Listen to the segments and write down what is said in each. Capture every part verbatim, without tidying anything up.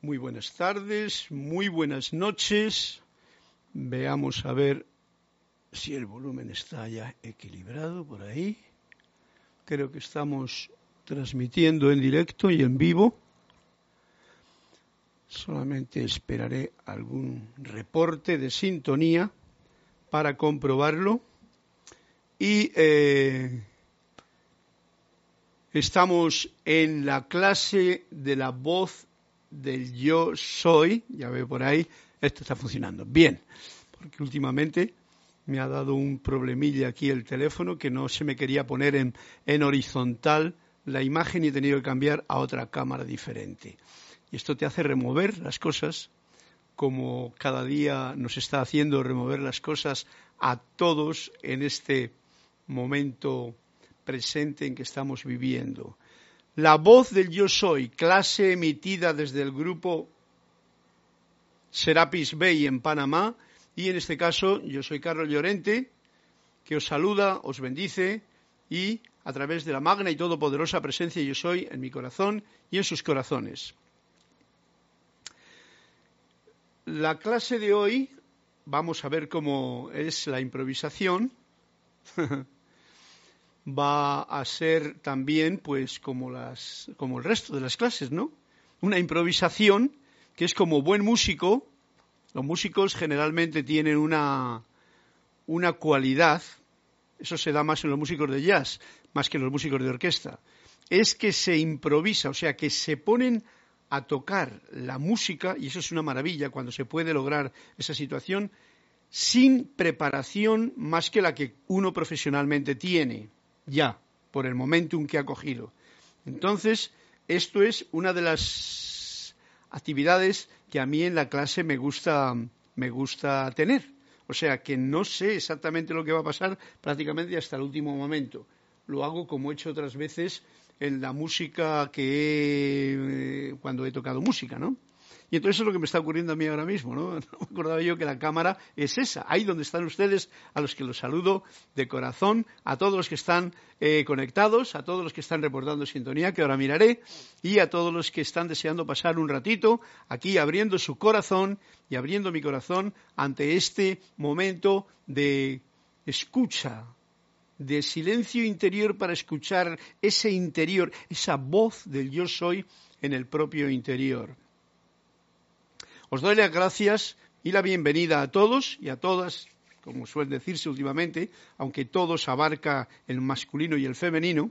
Muy buenas tardes, muy buenas noches. Veamos a ver si el volumen está ya equilibrado por ahí. Creo que estamos transmitiendo en directo y en vivo. Solamente esperaré algún reporte de sintonía para comprobarlo. Y eh, estamos en la clase de la voz del yo soy. Ya veo por ahí, esto está funcionando bien, porque últimamente me ha dado un problemilla aquí el teléfono que no se me quería poner en, en horizontal la imagen y he tenido que cambiar a otra cámara diferente. Y esto te hace remover las cosas, como cada día nos está haciendo remover las cosas a todos en este momento presente en que estamos viviendo. La voz del yo soy, clase emitida desde el grupo Serapis Bay en Panamá, y en este caso yo soy Carlos Llorente, que os saluda, os bendice, y a través de la magna y todopoderosa presencia yo soy en mi corazón y en sus corazones. La clase de hoy, vamos a ver cómo es la improvisación, va a ser también pues como las como el resto de las clases, ¿no? Una improvisación que es como buen músico. Los músicos generalmente tienen una una cualidad, eso se da más en los músicos de jazz, más que en los músicos de orquesta, es que se improvisa, o sea, que se ponen a tocar la música, y eso es una maravilla cuando se puede lograr esa situación sin preparación más que la que uno profesionalmente tiene, ya, por el momentum que ha cogido. Entonces, esto es una de las actividades que a mí en la clase me gusta, me gusta tener. O sea, que no sé exactamente lo que va a pasar prácticamente hasta el último momento. Lo hago como he hecho otras veces en la música que he, eh, cuando he tocado música, ¿no? Y entonces eso es lo que me está ocurriendo a mí ahora mismo, ¿no? No me acordaba yo que la cámara es esa, ahí donde están ustedes, a los que los saludo de corazón, a todos los que están eh, conectados, a todos los que están reportando sintonía, que ahora miraré, y a todos los que están deseando pasar un ratito aquí abriendo su corazón y abriendo mi corazón ante este momento de escucha, de silencio interior para escuchar ese interior, esa voz del yo soy en el propio interior. Os doy las gracias y la bienvenida a todos y a todas, como suele decirse últimamente, aunque todos abarca el masculino y el femenino.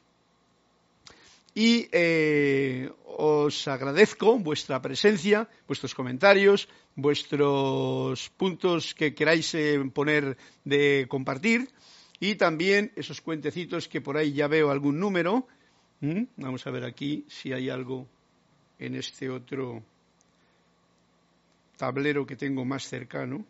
Y eh, os agradezco vuestra presencia, vuestros comentarios, vuestros puntos que queráis eh, poner de compartir y también esos cuentecitos que por ahí ya veo algún número. ¿Mm? Vamos a ver aquí si hay algo en este otro tablero que tengo más cercano.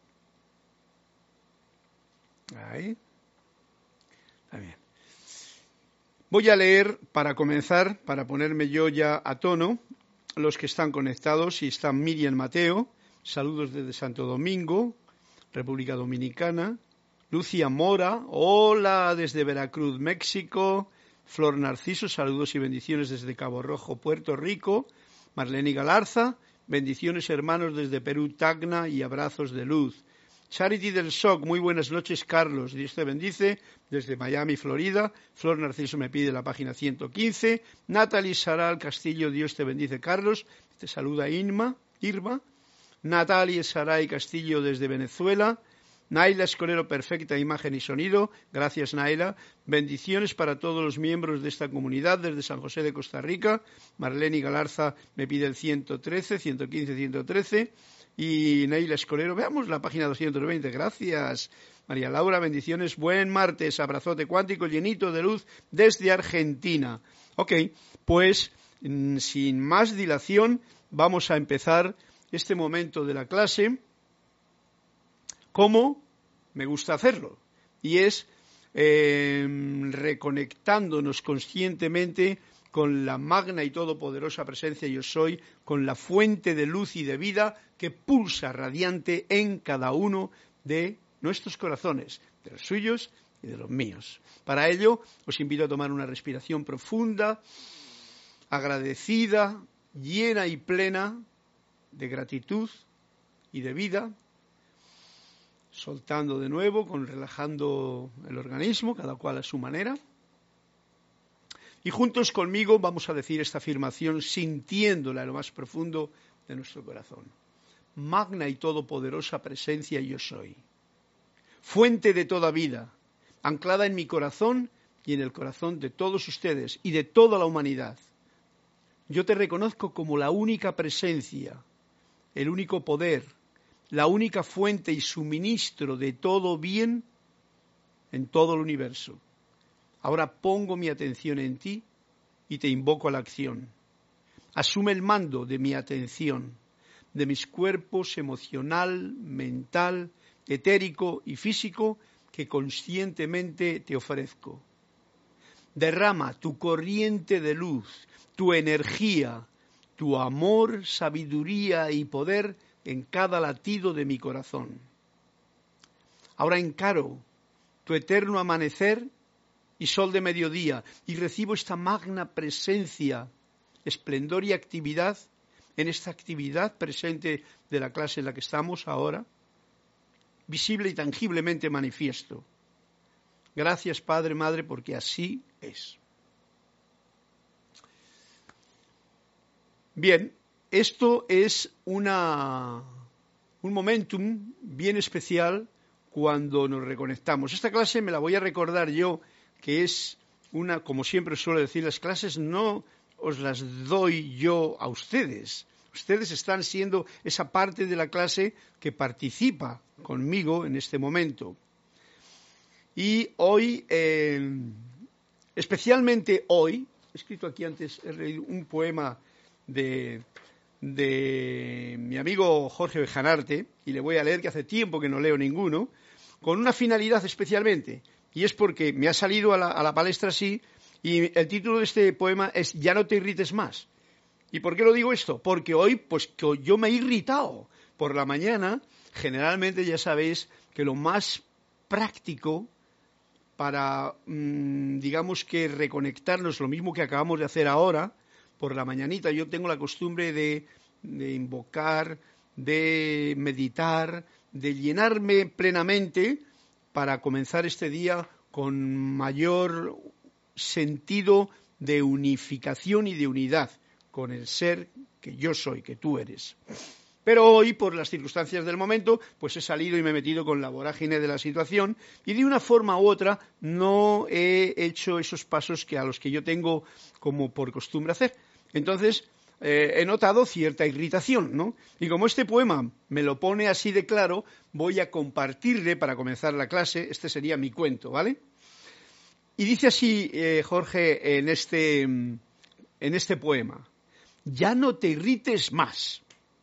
Ahí. Está bien. Voy a leer, para comenzar, para ponerme yo ya a tono, los que están conectados. Y está Miriam Mateo, saludos desde Santo Domingo, República Dominicana. Lucia Mora, hola desde Veracruz, México. Flor Narciso, saludos y bendiciones desde Cabo Rojo, Puerto Rico. Marlene Galarza, bendiciones hermanos desde Perú, Tacna, y abrazos de luz. Charity del S O C, muy buenas noches Carlos, Dios te bendice, desde Miami, Florida. Flor Narciso me pide la página ciento quince. Natalie Saral Castillo, Dios te bendice Carlos, te saluda Inma, Irma. Natalie Saray Castillo desde Venezuela. Naila Escolero, perfecta imagen y sonido, gracias Naila. Bendiciones para todos los miembros de esta comunidad desde San José de Costa Rica. Marlene Galarza me pide el ciento trece, ciento quince, ciento trece. Y Naila Escolero, veamos la página doscientos veinte, gracias. María Laura, bendiciones, buen martes, abrazote cuántico llenito de luz desde Argentina. Ok, pues sin más dilación vamos a empezar este momento de la clase. ¿Cómo? Me gusta hacerlo. Y es eh, reconectándonos conscientemente con la magna y todopoderosa presencia yo soy, con la fuente de luz y de vida que pulsa radiante en cada uno de nuestros corazones, de los suyos y de los míos. Para ello, os invito a tomar una respiración profunda, agradecida, llena y plena de gratitud y de vida, soltando de nuevo, con relajando el organismo, cada cual a su manera. Y juntos conmigo vamos a decir esta afirmación sintiéndola en lo más profundo de nuestro corazón. Magna y todopoderosa presencia yo soy, fuente de toda vida, anclada en mi corazón y en el corazón de todos ustedes y de toda la humanidad. Yo te reconozco como la única presencia, el único poder, la única fuente y suministro de todo bien en todo el universo. Ahora pongo mi atención en ti y te invoco a la acción. Asume el mando de mi atención, de mis cuerpos emocional, mental, etérico y físico que conscientemente te ofrezco. Derrama tu corriente de luz, tu energía, tu amor, sabiduría y poder en cada latido de mi corazón. Ahora encaro tu eterno amanecer y sol de mediodía y recibo esta magna presencia, esplendor y actividad en esta actividad presente de la clase en la que estamos ahora, visible y tangiblemente manifiesto. Gracias, Padre, Madre, porque así es. Bien, esto es una, un momentum bien especial cuando nos reconectamos. Esta clase me la voy a recordar yo, que es una, como siempre suelo decir, las clases no os las doy yo a ustedes. Ustedes están siendo esa parte de la clase que participa conmigo en este momento. Y hoy, eh, especialmente hoy, he escrito aquí antes, he leído un poema de, de mi amigo Jorge Bejanarte, y le voy a leer, que hace tiempo que no leo ninguno, con una finalidad especialmente, y es porque me ha salido a la, a la palestra así, y el título de este poema es Ya no te irrites más. ¿Y por qué lo digo esto? Porque hoy, pues que yo me he irritado por la mañana. Generalmente ya sabéis que lo más práctico para, mmm, digamos que reconectarnos, lo mismo que acabamos de hacer ahora, por la mañanita, yo tengo la costumbre de, de invocar, de meditar, de llenarme plenamente para comenzar este día con mayor sentido de unificación y de unidad con el ser que yo soy, que tú eres. Pero hoy, por las circunstancias del momento, pues he salido y me he metido con la vorágine de la situación y de una forma u otra no he hecho esos pasos que a los que yo tengo como por costumbre hacer. Entonces, eh, he notado cierta irritación, ¿no? Y como este poema me lo pone así de claro, voy a compartirle para comenzar la clase. Este sería mi cuento, ¿vale? Y dice así, eh, Jorge, en este, en este poema: ya no te irrites más.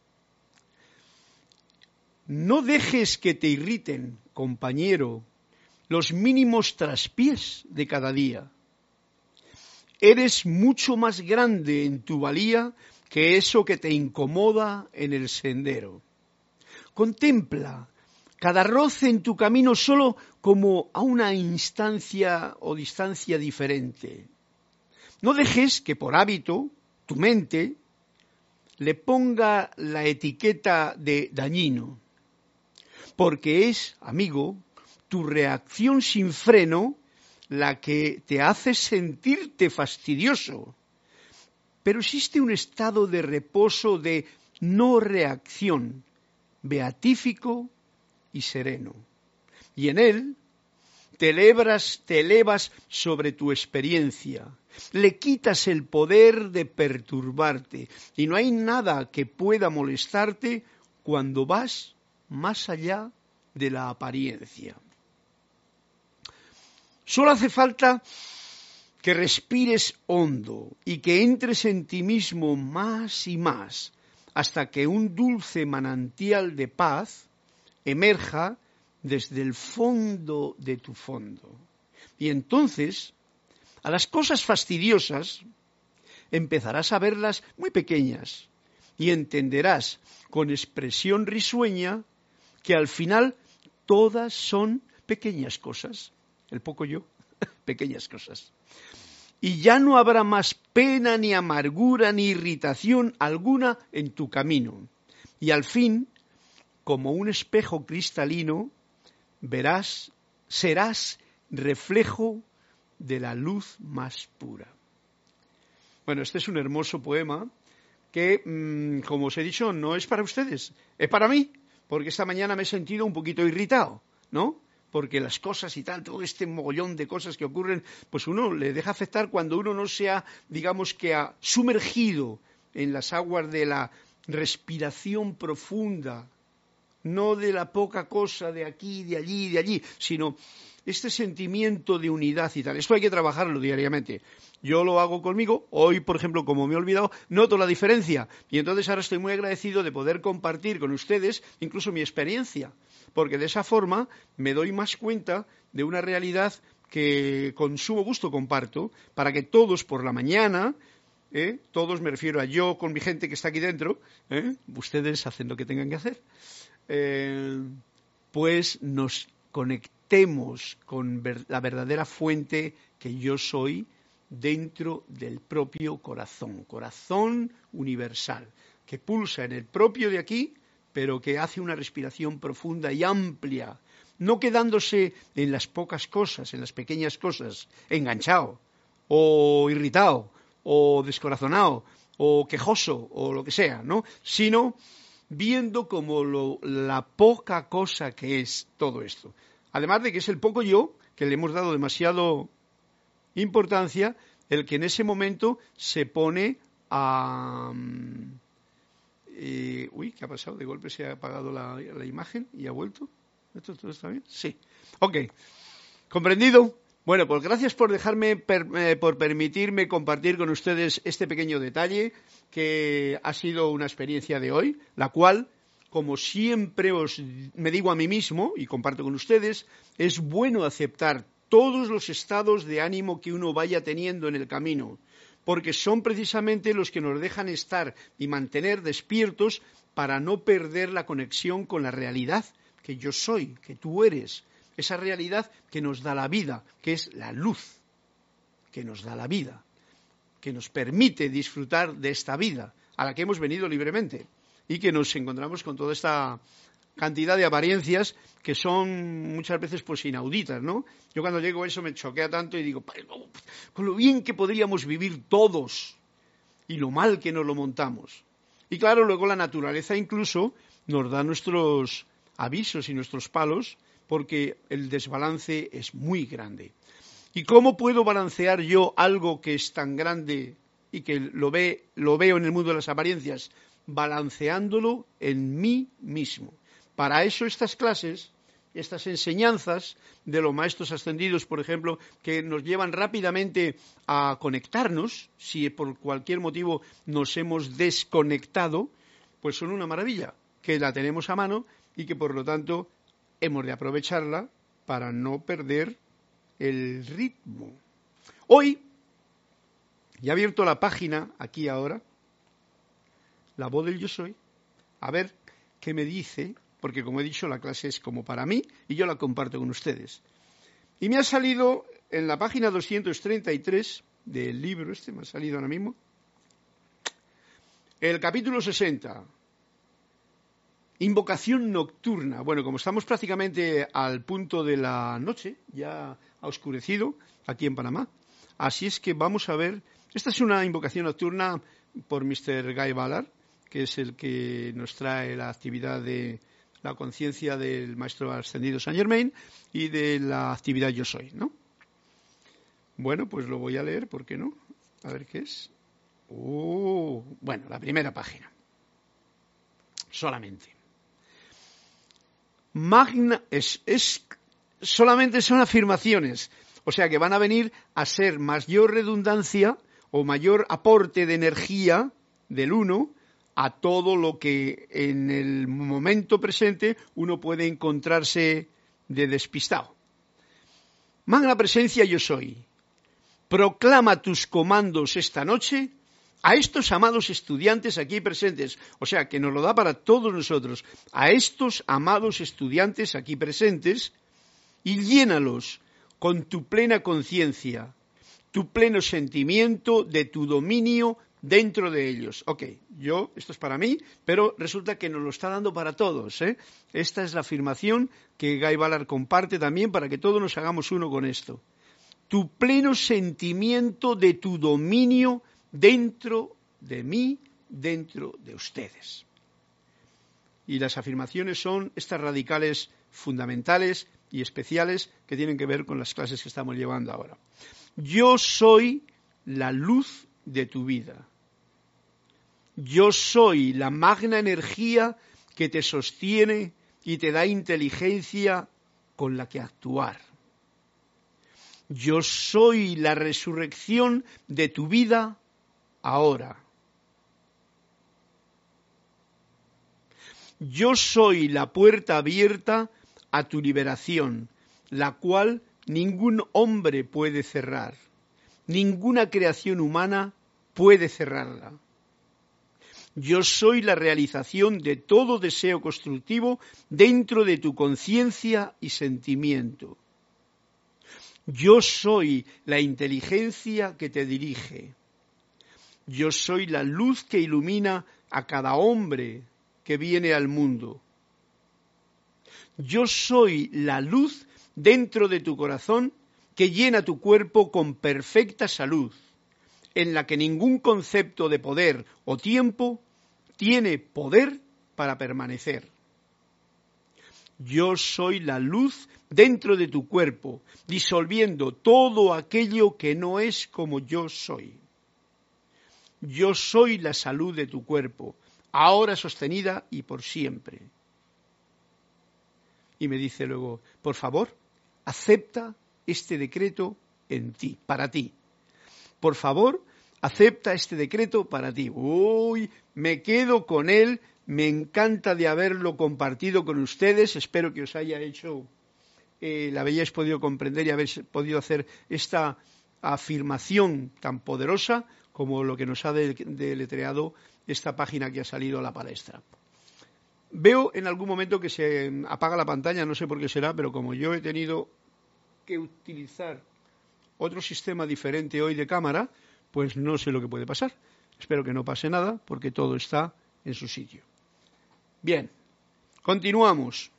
No dejes que te irriten, compañero, los mínimos traspiés de cada día. Eres mucho más grande en tu valía que eso que te incomoda en el sendero. Contempla cada roce en tu camino solo como a una instancia o distancia diferente. No dejes que por hábito tu mente le ponga la etiqueta de dañino, porque es, amigo, tu reacción sin freno la que te hace sentirte fastidioso. Pero existe un estado de reposo, de no reacción, beatífico y sereno. Y en él te elevas, te elevas sobre tu experiencia, le quitas el poder de perturbarte y no hay nada que pueda molestarte cuando vas más allá de la apariencia. Solo hace falta que respires hondo y que entres en ti mismo más y más hasta que un dulce manantial de paz emerja desde el fondo de tu fondo. Y entonces, a las cosas fastidiosas empezarás a verlas muy pequeñas y entenderás con expresión risueña que al final todas son pequeñas cosas. El poco yo, pequeñas cosas. y ya no habrá más pena, ni amargura, ni irritación alguna en tu camino. Y al fin, como un espejo cristalino, verás, serás reflejo de la luz más pura. Bueno, este es un hermoso poema que, mmm, como os he dicho, no es para ustedes, es para mí, porque esta mañana me he sentido un poquito irritado, ¿no? Porque las cosas y tal, todo este mogollón de cosas que ocurren, pues uno le deja afectar cuando uno no se ha, digamos que ha sumergido en las aguas de la respiración profunda, no de la poca cosa de aquí, de allí, de allí, sino este sentimiento de unidad y tal. Esto hay que trabajarlo diariamente. Yo lo hago conmigo. Hoy, por ejemplo, como me he olvidado, noto la diferencia. Y entonces ahora estoy muy agradecido de poder compartir con ustedes incluso mi experiencia. Porque de esa forma me doy más cuenta de una realidad que con sumo gusto comparto, para que todos por la mañana, ¿eh? todos me refiero a yo con mi gente que está aquí dentro, ¿eh? ustedes hacen lo que tengan que hacer, eh, pues nos conectemos con ver, la verdadera fuente que yo soy dentro del propio corazón, corazón universal, que pulsa en el propio de aquí, pero que hace una respiración profunda y amplia, no quedándose en las pocas cosas, en las pequeñas cosas, enganchado, o irritado, o descorazonado, o quejoso, o lo que sea, ¿no? Sino viendo como lo, la poca cosa que es todo esto. Además de que es el poco yo, que le hemos dado demasiado importancia, el que en ese momento se pone a... Eh, uy, ¿qué ha pasado? De golpe se ha apagado la, la imagen y ha vuelto. ¿Esto todo está bien? Sí. Ok. ¿Comprendido? Bueno, pues gracias por dejarme, per, eh, por permitirme compartir con ustedes este pequeño detalle que ha sido una experiencia de hoy, la cual, como siempre os me digo a mí mismo y comparto con ustedes, es bueno aceptar todos los estados de ánimo que uno vaya teniendo en el camino, porque son precisamente los que nos dejan estar y mantener despiertos para no perder la conexión con la realidad que yo soy, que tú eres, esa realidad que nos da la vida, que es la luz, que nos da la vida, que nos permite disfrutar de esta vida a la que hemos venido libremente y que nos encontramos con toda esta cantidad de apariencias que son muchas veces pues inauditas, ¿no? Yo cuando llego a eso me choquea tanto y digo, con lo bien que podríamos vivir todos y lo mal que nos lo montamos. Y claro, luego la naturaleza incluso nos da nuestros avisos y nuestros palos porque el desbalance es muy grande. ¿Y cómo puedo balancear yo algo que es tan grande y que lo, ve, lo veo en el mundo de las apariencias? Balanceándolo en mí mismo. Para eso estas clases, estas enseñanzas de los maestros ascendidos, por ejemplo, que nos llevan rápidamente a conectarnos, si por cualquier motivo nos hemos desconectado, pues son una maravilla, que la tenemos a mano y que por lo tanto hemos de aprovecharla para no perder el ritmo. Hoy, ya he abierto la página, aquí ahora, la voz del yo soy, a ver qué me dice, porque como he dicho, la clase es como para mí y yo la comparto con ustedes. Y me ha salido en la página doscientos treinta y tres del libro este, me ha salido ahora mismo, el capítulo sesenta, invocación nocturna. Bueno, como estamos prácticamente al punto de la noche, ya ha oscurecido aquí en Panamá, así es que vamos a ver, esta es una invocación nocturna por mister Guy Ballard, que es el que nos trae la actividad de la conciencia del maestro ascendido Saint Germain y de la actividad Yo Soy, ¿no? Bueno, pues lo voy a leer, ¿por qué no? A ver qué es. Oh, bueno, la primera página. Solamente. Magna es, es solamente son afirmaciones, o sea que van a venir a ser mayor redundancia o mayor aporte de energía del uno a todo lo que en el momento presente uno puede encontrarse de despistado. Magna presencia yo soy. Proclama tus comandos esta noche a estos amados estudiantes aquí presentes, o sea, que nos lo da para todos nosotros, a estos amados estudiantes aquí presentes, y llénalos con tu plena conciencia, tu pleno sentimiento de tu dominio dentro de ellos. Ok, yo, esto es para mí, pero resulta que nos lo está dando para todos, ¿eh? Esta es la afirmación que Guy Ballard comparte también para que todos nos hagamos uno con esto. Tu pleno sentimiento de tu dominio dentro de mí, dentro de ustedes. Y las afirmaciones son estas radicales fundamentales y especiales que tienen que ver con las clases que estamos llevando ahora. Yo soy la luz de tu vida. Yo soy la magna energía que te sostiene y te da inteligencia con la que actuar. Yo soy la resurrección de tu vida ahora. Yo soy la puerta abierta a tu liberación, la cual ningún hombre puede cerrar, ninguna creación humana puede cerrarla. Yo soy la realización de todo deseo constructivo dentro de tu conciencia y sentimiento. Yo soy la inteligencia que te dirige. Yo soy la luz que ilumina a cada hombre que viene al mundo. Yo soy la luz dentro de tu corazón que llena tu cuerpo con perfecta salud, en la que ningún concepto de poder o tiempo tiene poder para permanecer. Yo soy la luz dentro de tu cuerpo, disolviendo todo aquello que no es como yo soy. Yo soy la salud de tu cuerpo, ahora sostenida y por siempre. Y me dice luego, por favor, acepta este decreto en ti, para ti. Por favor, acepta este decreto para ti. Uy, me quedo con él, me encanta de haberlo compartido con ustedes, espero que os haya hecho, eh, la hayáis podido comprender y habéis podido hacer esta afirmación tan poderosa como lo que nos ha deletreado esta página que ha salido a la palestra. Veo en algún momento que se apaga la pantalla, no sé por qué será, pero como yo he tenido que utilizar otro sistema diferente hoy de cámara, pues no sé lo que puede pasar. Espero que no pase nada, porque todo está en su sitio. Bien, continuamos.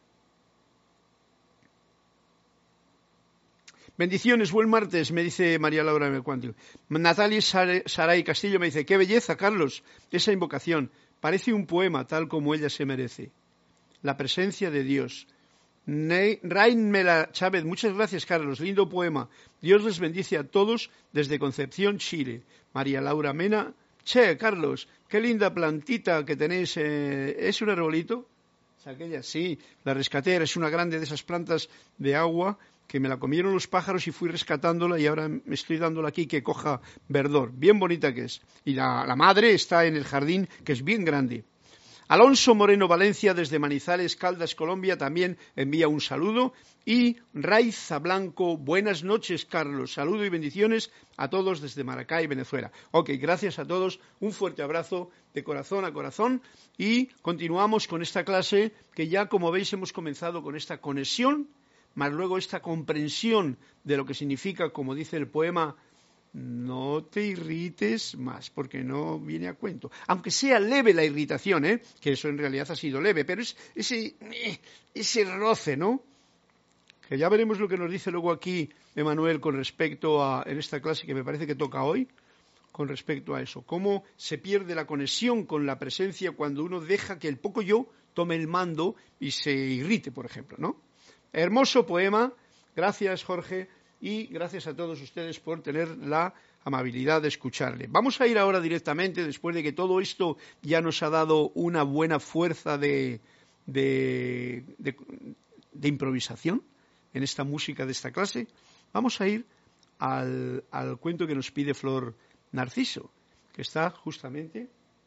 Bendiciones, buen martes, me dice María Laura Mercuantio. Natalia Saray Castillo me dice, qué belleza, Carlos, esa invocación. Parece un poema tal como ella se merece. La presencia de Dios. Rain Mela Chávez, muchas gracias, Carlos, lindo poema. Dios les bendice a todos desde Concepción, Chile. María Laura Mena. Che, Carlos, qué linda plantita que tenéis. Eh, ¿Es un arbolito? ¿Es aquella? Sí, la rescaté, es una grande de esas plantas de agua que me la comieron los pájaros y fui rescatándola y ahora me estoy dándola aquí que coja verdor. Bien bonita que es. Y la, la madre está en el jardín, que es bien grande. Alonso Moreno Valencia, desde Manizales, Caldas, Colombia, también envía un saludo. Y Raiza Blanco, buenas noches, Carlos. Saludo y bendiciones a todos desde Maracay, Venezuela. Ok, gracias a todos. Un fuerte abrazo de corazón a corazón. Y continuamos con esta clase que ya, como veis, hemos comenzado con esta conexión, más luego esta comprensión de lo que significa, como dice el poema, no te irrites más, porque no viene a cuento. Aunque sea leve la irritación, ¿eh? Que eso en realidad ha sido leve, pero es ese, ese roce, ¿no? Que ya veremos lo que nos dice luego aquí Emanuel con respecto a, en esta clase que me parece que toca hoy, con respecto a eso. Cómo se pierde la conexión con la presencia cuando uno deja que el poco yo tome el mando y se irrite, por ejemplo, ¿no? Hermoso poema, gracias Jorge, y gracias a todos ustedes por tener la amabilidad de escucharle. Vamos a ir ahora directamente, después de que todo esto ya nos ha dado una buena fuerza de, de, de, de improvisación en esta música de esta clase, vamos a ir al, al cuento que nos pide Flor Narciso, que está justamente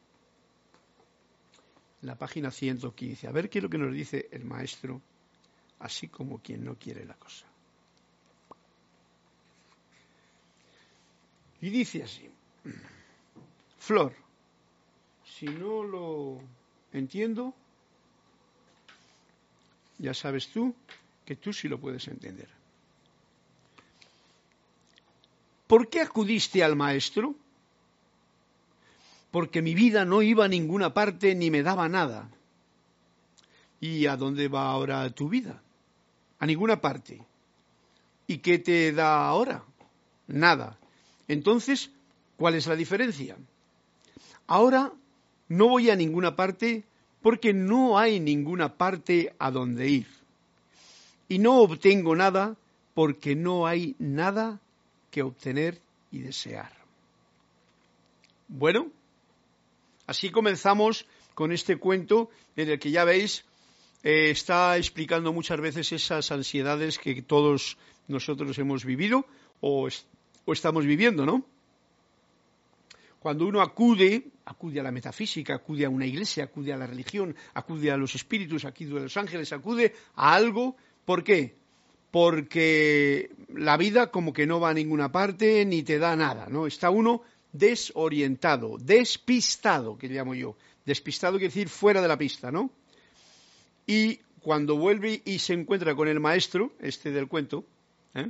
en la página ciento quince. A ver qué es lo que nos dice el maestro, así como quien no quiere la cosa. Y dice así, Flor, si no lo entiendo, ya sabes tú que tú sí lo puedes entender. ¿por qué acudiste al maestro? Porque mi vida no iba a ninguna parte ni me daba nada. ¿Y a dónde va ahora tu vida? A ninguna parte. ¿Y qué te da ahora? Nada. Entonces, ¿cuál es la diferencia? Ahora no voy a ninguna parte porque no hay ninguna parte a donde ir. Y no obtengo nada porque no hay nada que obtener y desear. Bueno, así comenzamos con este cuento en el que ya veis, eh, está explicando muchas veces esas ansiedades que todos nosotros hemos vivido o, es, o estamos viviendo, ¿no? Cuando uno acude, acude a la metafísica, acude a una iglesia, acude a la religión, acude a los espíritus, acude a los ángeles, acude a algo, ¿por qué? Porque la vida como que no va a ninguna parte ni te da nada, ¿no? Está uno desorientado, despistado, que llamo yo. Despistado quiere decir fuera de la pista, ¿no? Y cuando vuelve y se encuentra con el maestro, este del cuento, ¿eh?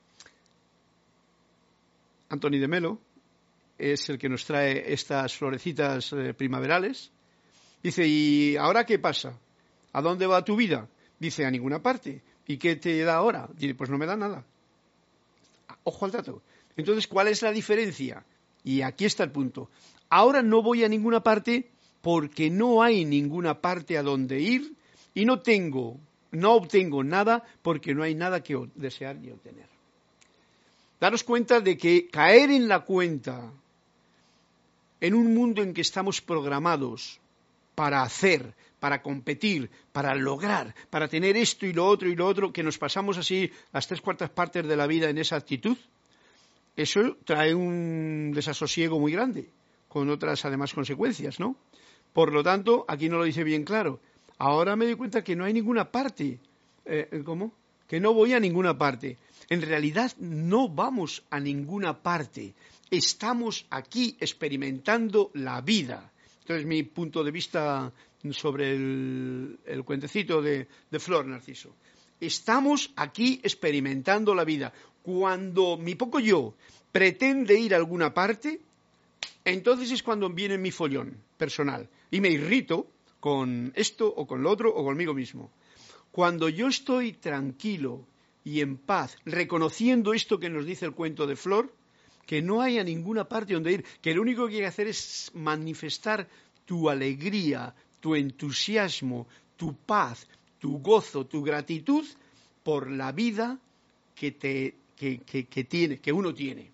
Antoni de Melo, es el que nos trae estas florecitas eh, primaverales, dice, ¿y ahora qué pasa? ¿A dónde va tu vida? Dice, a ninguna parte. ¿Y qué te da ahora? Dice, pues no me da nada. Ojo al dato. Entonces, ¿cuál es la diferencia? Y aquí está el punto. Ahora no voy a ninguna parte porque no hay ninguna parte a donde ir y no tengo, no obtengo nada porque no hay nada que desear ni obtener. Daros cuenta de que caer en la cuenta en un mundo en que estamos programados para hacer, para competir, para lograr, para tener esto y lo otro y lo otro, que nos pasamos así las tres cuartas partes de la vida en esa actitud, eso trae un desasosiego muy grande, con otras además consecuencias, ¿no? Por lo tanto, aquí no lo dice bien claro. Ahora me doy cuenta que no hay ninguna parte. Eh, ¿Cómo? Que no voy a ninguna parte. En realidad no vamos a ninguna parte. Estamos aquí experimentando la vida. Entonces, mi punto de vista sobre el, el cuentecito de, de Flor Narciso. Estamos aquí experimentando la vida. Cuando mi poco yo pretende ir a alguna parte, entonces es cuando viene mi follón personal y me irrito con esto o con lo otro o conmigo mismo. Cuando yo estoy tranquilo y en paz, reconociendo esto que nos dice el cuento de Flor, que no haya ninguna parte donde ir, que lo único que hay que hacer es manifestar tu alegría, tu entusiasmo, tu paz, tu gozo, tu gratitud por la vida que, te, que, que, que, tiene, que uno tiene.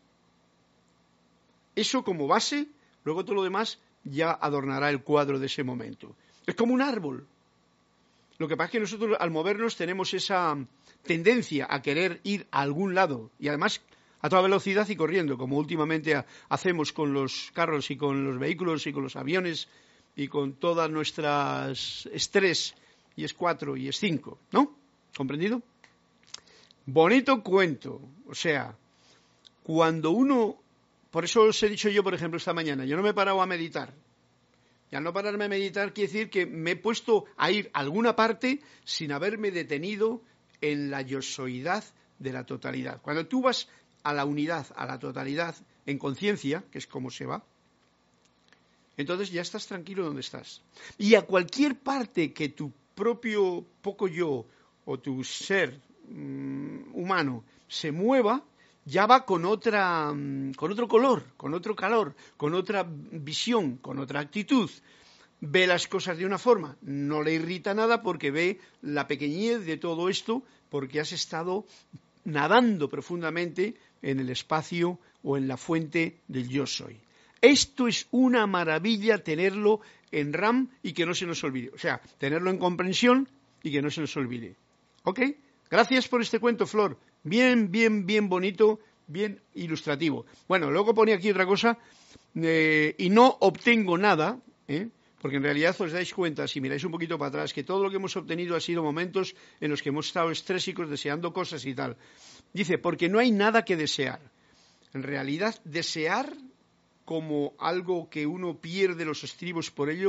Eso como base, luego todo lo demás ya adornará el cuadro de ese momento. Es como un árbol. Lo que pasa es que nosotros al movernos tenemos esa tendencia a querer ir a algún lado y además a toda velocidad y corriendo, como últimamente hacemos con los carros y con los vehículos y con los aviones y con todas nuestras estrés, y es cuatro y es cinco, ¿no? ¿Comprendido? Bonito cuento. O sea, cuando uno... Por eso os he dicho yo, por ejemplo, esta mañana, yo no me he parado a meditar. Y al no pararme a meditar quiere decir que me he puesto a ir a alguna parte sin haberme detenido en la yosoidad de la totalidad. Cuando tú vas a la unidad, a la totalidad, en conciencia, que es como se va, entonces ya estás tranquilo donde estás. Y a cualquier parte que tu propio poco yo o tu ser mmm, humano se mueva, ya va con otra, con otro color, con otro calor, con otra visión, con otra actitud. Ve las cosas de una forma, no le irrita nada porque ve la pequeñez de todo esto, porque has estado nadando profundamente en el espacio o en la fuente del yo soy. Esto es una maravilla tenerlo en RAM y que no se nos olvide. O sea, tenerlo en comprensión y que no se nos olvide. ¿Ok? Gracias por este cuento, Flor. Bien, bien, bien bonito, bien ilustrativo. Bueno, luego pone aquí otra cosa, eh, y no obtengo nada, ¿eh? Porque en realidad os dais cuenta, si miráis un poquito para atrás, que todo lo que hemos obtenido ha sido momentos en los que hemos estado estrésicos, deseando cosas y tal. Dice, porque no hay nada que desear. En realidad, desear como algo que uno pierde los estribos por ello,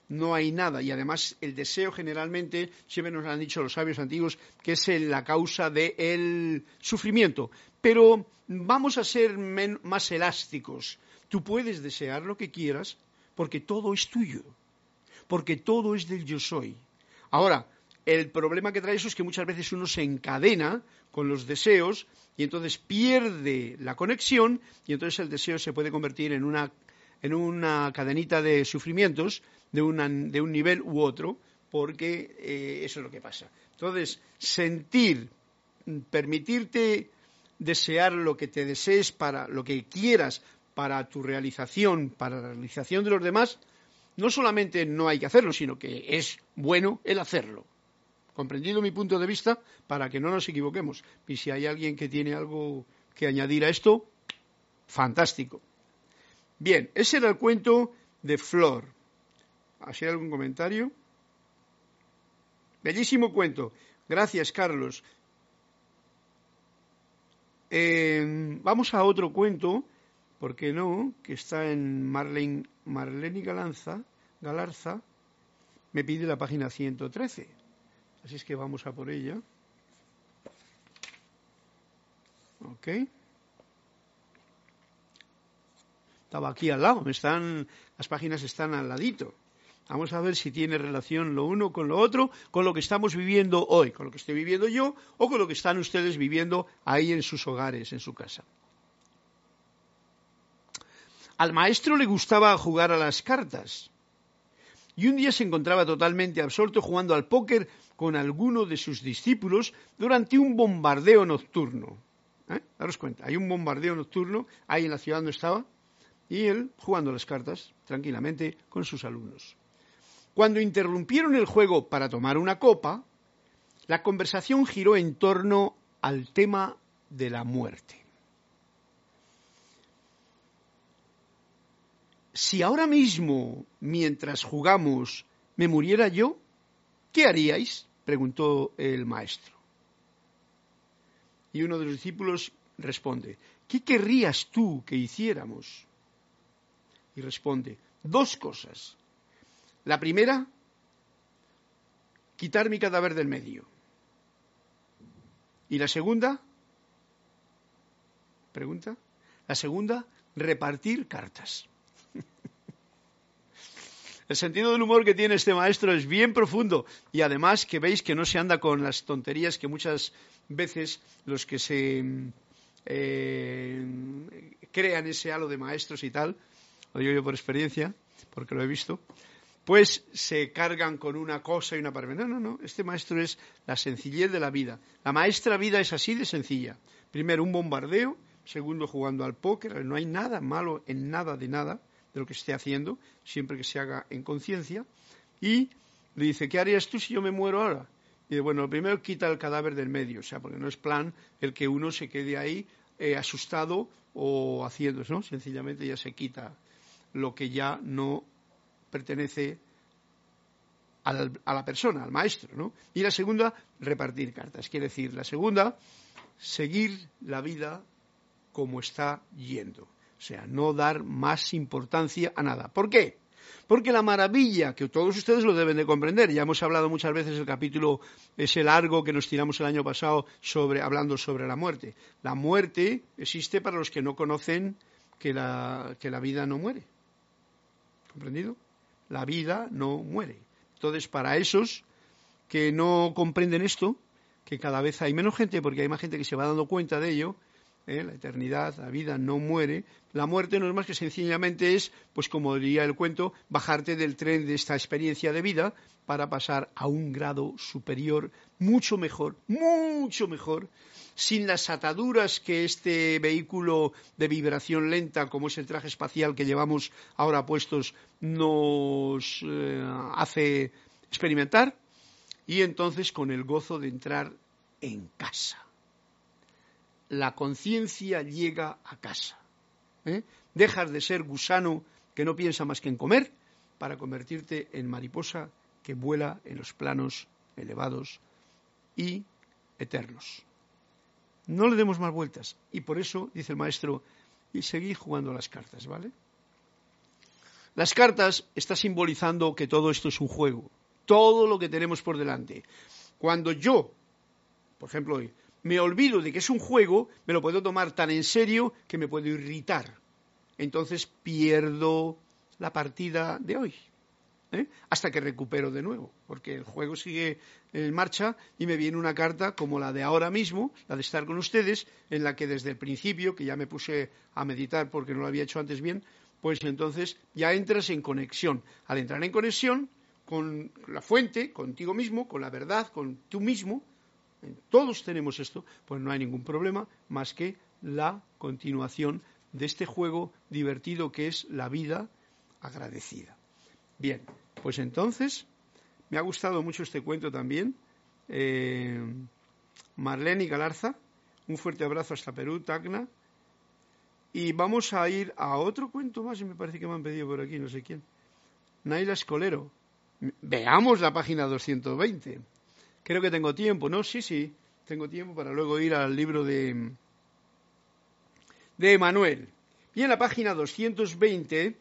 no hay nada. Y además el deseo generalmente, siempre nos han dicho los sabios antiguos, que es la causa del sufrimiento. Pero vamos a ser más elásticos. Tú puedes desear lo que quieras porque todo es tuyo, porque todo es del yo soy. Ahora, el problema que trae eso es que muchas veces uno se encadena con los deseos y entonces pierde la conexión y entonces el deseo se puede convertir en una, en una cadenita de sufrimientos de, una, de un nivel u otro, porque eh, eso es lo que pasa. Entonces, sentir, permitirte desear lo que te desees para lo que quieras para tu realización, para la realización de los demás, no solamente no hay que hacerlo, sino que es bueno el hacerlo. Comprendido mi punto de vista, para que no nos equivoquemos. Y si hay alguien que tiene algo que añadir a esto, fantástico. Bien, ese era el cuento de Flor. ¿Hay algún comentario? Bellísimo cuento. Gracias, Carlos. Eh, vamos a otro cuento, ¿por qué no? Que está en Marlene, Marlene Galanza, Galarza. Me pide la página ciento trece. Así es que vamos a por ella. Ok. Estaba aquí al lado, me están, las páginas están al ladito. Vamos a ver si tiene relación lo uno con lo otro, con lo que estamos viviendo hoy, con lo que estoy viviendo yo o con lo que están ustedes viviendo ahí en sus hogares, en su casa. Al maestro le gustaba jugar a las cartas y un día se encontraba totalmente absorto jugando al póker con alguno de sus discípulos durante un bombardeo nocturno. ¿Eh? Daros cuenta, hay un bombardeo nocturno ahí en la ciudad donde estaba y él jugando a las cartas tranquilamente con sus alumnos. Cuando interrumpieron el juego para tomar una copa, la conversación giró en torno al tema de la muerte. Si ahora mismo, mientras jugamos, me muriera yo, ¿qué haríais?, preguntó el maestro. Y uno de los discípulos responde, ¿qué querrías tú que hiciéramos? Y responde, dos cosas. La primera, quitar mi cadáver del medio. Y la segunda, pregunta, la segunda, repartir cartas. El sentido del humor que tiene este maestro es bien profundo y además que veis que no se anda con las tonterías que muchas veces los que se eh, crean ese halo de maestros y tal, lo digo yo por experiencia, porque lo he visto, pues se cargan con una cosa y una para. No, no, no, este maestro es la sencillez de la vida. La maestra vida es así de sencilla. Primero, un bombardeo. Segundo, jugando al póker. No hay nada malo en nada de nada de lo que esté haciendo, siempre que se haga en conciencia. Y le dice, ¿qué harías tú si yo me muero ahora? Y dice, bueno, lo primero, quita el cadáver del medio. O sea, porque no es plan el que uno se quede ahí eh, asustado o haciendo, ¿no? Sencillamente ya se quita lo que ya no pertenece al, a la persona, al maestro, ¿no? Y la segunda, repartir cartas. Quiere decir, la segunda, seguir la vida como está yendo. O sea, no dar más importancia a nada. ¿Por qué? Porque la maravilla, que todos ustedes lo deben de comprender, ya hemos hablado muchas veces el capítulo ese largo que nos tiramos el año pasado sobre, hablando sobre la muerte. La muerte existe para los que no conocen que la, que la vida no muere. ¿Comprendido? La vida no muere. Entonces, para esos que no comprenden esto, que cada vez hay menos gente, porque hay más gente que se va dando cuenta de ello, ¿eh? La eternidad, la vida no muere. La muerte no es más que sencillamente es, pues como diría el cuento, bajarte del tren de esta experiencia de vida para pasar a un grado superior, mucho mejor, mucho mejor, sin las ataduras que este vehículo de vibración lenta, como es el traje espacial que llevamos ahora puestos, nos eh, hace experimentar, y entonces con el gozo de entrar en casa. La conciencia llega a casa. ¿eh? Dejas de ser gusano que no piensa más que en comer para convertirte en mariposa que vuela en los planos elevados y eternos. No le demos más vueltas. Y por eso, dice el maestro, y seguid jugando a las cartas, ¿vale? Las cartas está simbolizando que todo esto es un juego, todo lo que tenemos por delante. Cuando yo, por ejemplo hoy, me olvido de que es un juego, me lo puedo tomar tan en serio que me puedo irritar. Entonces pierdo la partida de hoy, ¿eh? Hasta que recupero de nuevo, porque el juego sigue en marcha y me viene una carta como la de ahora mismo, la de estar con ustedes, en la que desde el principio, que ya me puse a meditar porque no lo había hecho antes bien, pues entonces ya entras en conexión. Al entrar en conexión con la fuente, contigo mismo, con la verdad, con tú mismo, todos tenemos esto, pues no hay ningún problema más que la continuación de este juego divertido que es la vida agradecida. Bien, pues entonces me ha gustado mucho este cuento también. Eh, Marlene y Galarza, un fuerte abrazo hasta Perú, Tacna. Y vamos a ir a otro cuento más, y me parece que me han pedido por aquí, no sé quién. Naila Escolero. Veamos la página doscientos veinte. Creo que tengo tiempo, ¿no? Sí, sí, tengo tiempo para luego ir al libro de, de Emanuel. Y en la página doscientos veinte,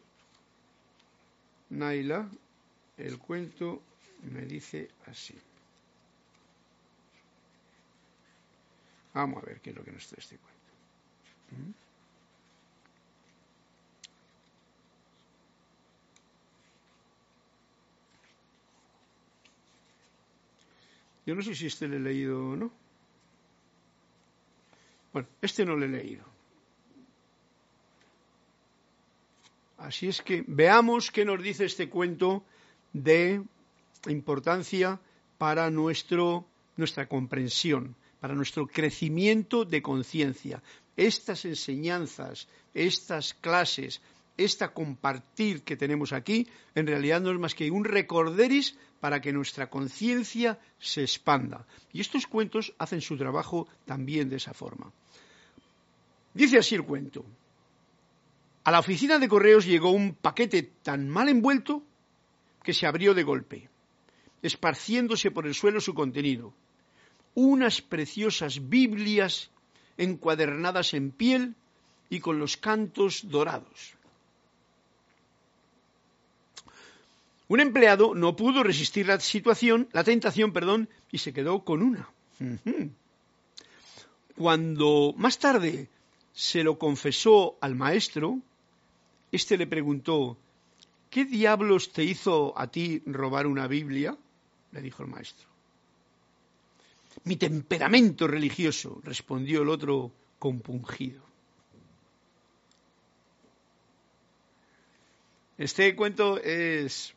Naila, el cuento me dice así. Vamos a ver qué es lo que nos trae este cuento. Yo no sé si este lo he leído o no. Bueno, este no lo he leído. Así es que veamos qué nos dice este cuento de importancia para nuestro, nuestra comprensión, para nuestro crecimiento de conciencia. Estas enseñanzas, estas clases, esta compartir que tenemos aquí, en realidad no es más que un recorderis para que nuestra conciencia se expanda. Y estos cuentos hacen su trabajo también de esa forma. Dice así el cuento. A la oficina de correos llegó un paquete tan mal envuelto que se abrió de golpe, esparciéndose por el suelo su contenido. Unas preciosas Biblias encuadernadas en piel y con los cantos dorados. Un empleado no pudo resistir la situación, la tentación, perdón, y se quedó con una. Cuando más tarde se lo confesó al maestro, éste le preguntó: ¿qué diablos te hizo a ti robar una Biblia? Le dijo el maestro. Mi temperamento religioso, respondió el otro compungido. Este cuento es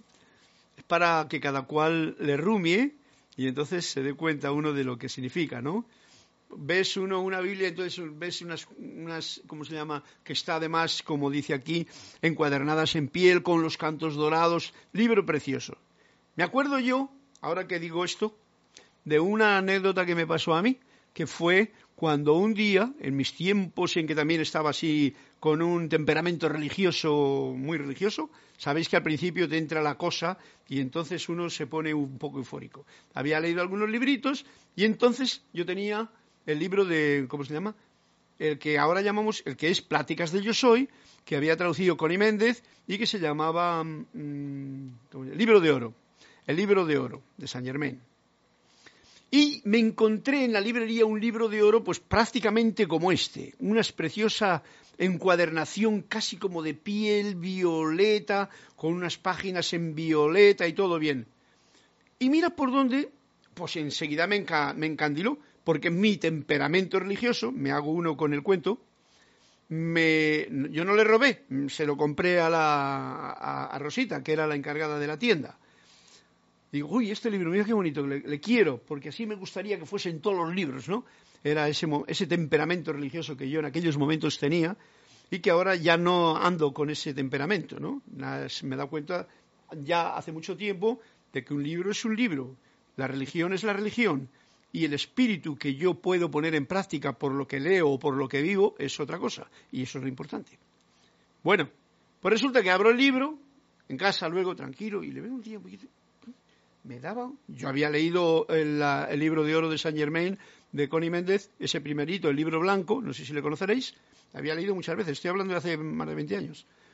para que cada cual le rumie y entonces se dé cuenta uno de lo que significa, ¿no? Ves uno una Biblia, entonces ves unas, unas, ¿cómo se llama? Que está además, como dice aquí, encuadernadas en piel con los cantos dorados, libro precioso. Me acuerdo yo, ahora que digo esto, de una anécdota que me pasó a mí, que fue cuando un día, en mis tiempos en que también estaba así con un temperamento religioso, muy religioso, sabéis que al principio te entra la cosa y entonces uno se pone un poco eufórico. Había leído algunos libritos y entonces yo tenía el libro de, ¿cómo se llama? El que ahora llamamos, el que es Pláticas de Yo Soy, que había traducido Connie Méndez y que se llamaba mmm, Libro de Oro, el Libro de Oro de Saint Germain. Y me encontré en la librería un libro de oro pues prácticamente como este, una preciosa encuadernación casi como de piel violeta, con unas páginas en violeta y todo bien. Y mira por dónde, pues enseguida me, enca me encandiló, porque mi temperamento religioso, me hago uno con el cuento, me, yo no le robé, se lo compré a, la, a, a Rosita, que era la encargada de la tienda. Digo, uy, este libro, mira qué bonito, le, le quiero, porque así me gustaría que fuesen todos los libros, ¿no? Era ese, ese temperamento religioso que yo en aquellos momentos tenía y que ahora ya no ando con ese temperamento, ¿no? Me he dado cuenta ya hace mucho tiempo de que un libro es un libro, la religión es la religión y el espíritu que yo puedo poner en práctica por lo que leo o por lo que vivo es otra cosa y eso es lo importante. Bueno, pues resulta que abro el libro en casa luego tranquilo y le veo un día un poquito... Me daba, yo había leído el, la, el libro de oro de Saint Germain de Connie Méndez, ese primerito, el libro blanco, no sé si le conoceréis, había leído muchas veces, estoy hablando de hace más de veinte años.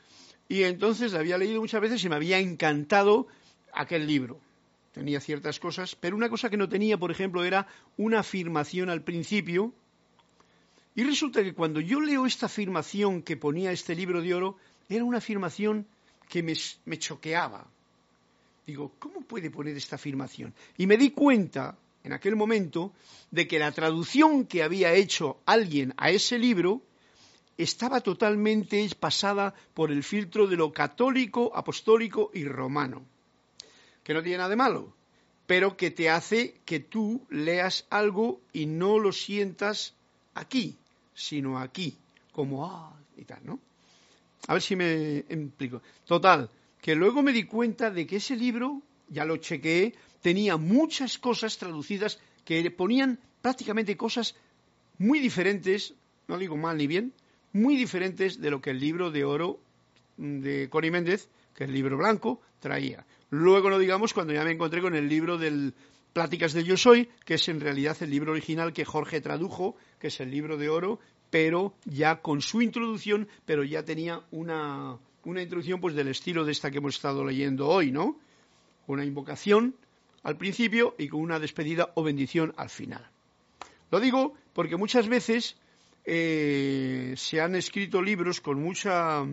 y entonces la había leído muchas veces y me había encantado aquel libro. Tenía ciertas cosas, pero una cosa que no tenía, por ejemplo, era una afirmación al principio. Y resulta que cuando yo leo esta afirmación que ponía este libro de oro, era una afirmación que me, me choqueaba. Digo, ¿cómo puede poner esta afirmación? Y me di cuenta, en aquel momento, de que la traducción que había hecho alguien a ese libro estaba totalmente pasada por el filtro de lo católico, apostólico y romano. Que no tiene nada de malo, pero que te hace que tú leas algo y no lo sientas aquí, sino aquí, como ah, y tal, ¿no? A ver si me explico. Total, que luego me di cuenta de que ese libro, ya lo chequeé, tenía muchas cosas traducidas que ponían prácticamente cosas muy diferentes, no digo mal ni bien, muy diferentes de lo que el libro de oro de Connie Méndez, que es el libro blanco, traía. Luego no digamos cuando ya me encontré con el libro del Pláticas del Yo Soy, que es en realidad el libro original que Jorge tradujo, que es el libro de oro, pero ya con su introducción, pero ya tenía una, una introducción pues del estilo de esta que hemos estado leyendo hoy, ¿no? Una invocación al principio y con una despedida o bendición al final. Lo digo porque muchas veces eh, se han escrito libros con mucha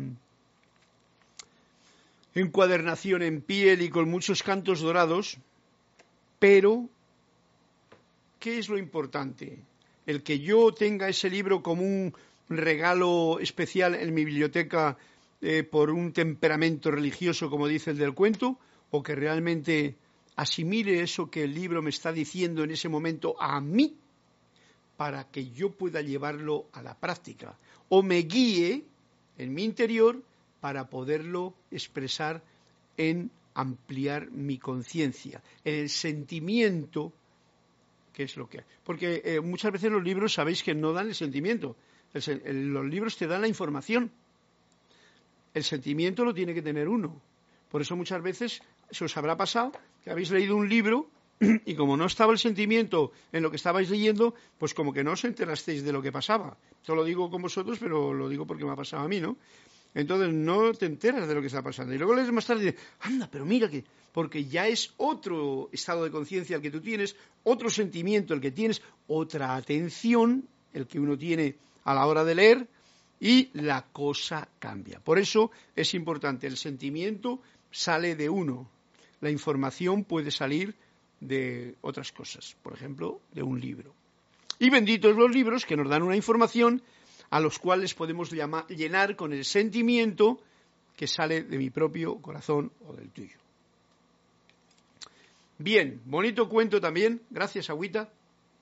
encuadernación en piel y con muchos cantos dorados, pero ¿qué es lo importante? El que yo tenga ese libro como un regalo especial en mi biblioteca eh, por un temperamento religioso, como dice el del cuento, o que realmente asimile eso que el libro me está diciendo en ese momento a mí, para que yo pueda llevarlo a la práctica, o me guíe en mi interior para poderlo expresar en ampliar mi conciencia, en el sentimiento, que es lo que hay. Porque eh, muchas veces los libros sabéis que no dan el sentimiento, el, el, los libros te dan la información, el sentimiento lo tiene que tener uno. Por eso muchas veces se os habrá pasado que habéis leído un libro y como no estaba el sentimiento en lo que estabais leyendo, pues como que no os enterasteis de lo que pasaba. Esto lo digo con vosotros, pero lo digo porque me ha pasado a mí, ¿no? Entonces no te enteras de lo que está pasando. Y luego lees más tarde y dices, anda, pero mira que... Porque ya es otro estado de conciencia el que tú tienes, otro sentimiento el que tienes, otra atención el que uno tiene a la hora de leer y la cosa cambia. Por eso es importante, el sentimiento sale de uno, la información puede salir de otras cosas, por ejemplo, de un libro. Y benditos los libros que nos dan una información a los cuales podemos llamar, llenar con el sentimiento que sale de mi propio corazón o del tuyo. Bien, bonito cuento también, gracias Agüita.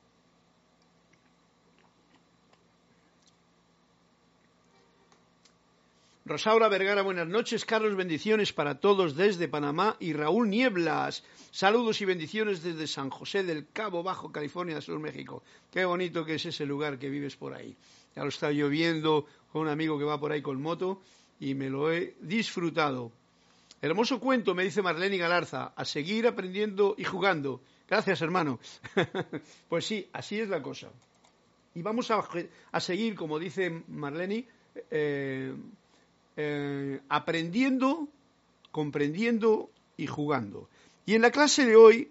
Rosaura Vergara, buenas noches. Carlos, bendiciones para todos desde Panamá. Y Raúl Nieblas, saludos y bendiciones desde San José del Cabo, Bajo California, Sur México. Qué bonito que es ese lugar que vives por ahí. Ya lo estaba yo viendo con un amigo que va por ahí con moto y me lo he disfrutado. Hermoso cuento, me dice Marlene Galarza, a seguir aprendiendo y jugando. Gracias, hermano. Pues sí, así es la cosa. Y vamos a, a seguir, como dice Marlene, eh, eh, aprendiendo, comprendiendo y jugando. Y en la clase de hoy,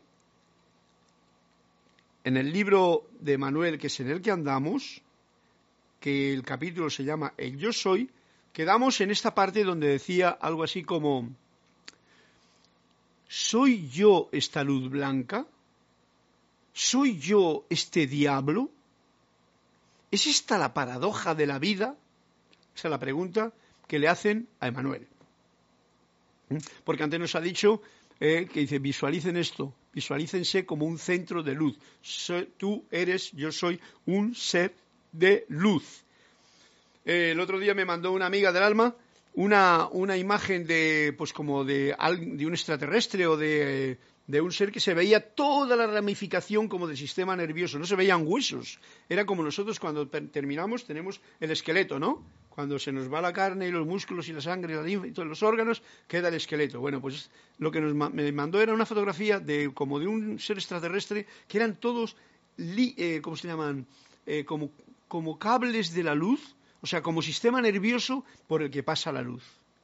en el libro de Manuel, que es en el que andamos, que el capítulo se llama El Yo Soy, quedamos en esta parte donde decía algo así como... ¿Soy yo esta luz blanca? ¿Soy yo este diablo? ¿Es esta la paradoja de la vida? Esa es la pregunta que le hacen a Emmanuel. Porque antes nos ha dicho eh, que dice, visualicen esto, visualícense como un centro de luz. So, tú eres, yo soy un ser de luz. Eh, el otro día me mandó una amiga del alma Una, una imagen de, pues como de, de un extraterrestre o de, de un ser que se veía toda la ramificación como del sistema nervioso, no se veían huesos, era como nosotros cuando terminamos tenemos el esqueleto, ¿no? Cuando se nos va la carne y los músculos y la sangre y la linfa y todos los órganos, queda el esqueleto. Bueno, pues lo que nos, me mandó era una fotografía de como de un ser extraterrestre que eran todos, li, eh, ¿cómo se llaman? Eh, como, como cables de la luz, o sea, como sistema nervioso por el que pasa la luz.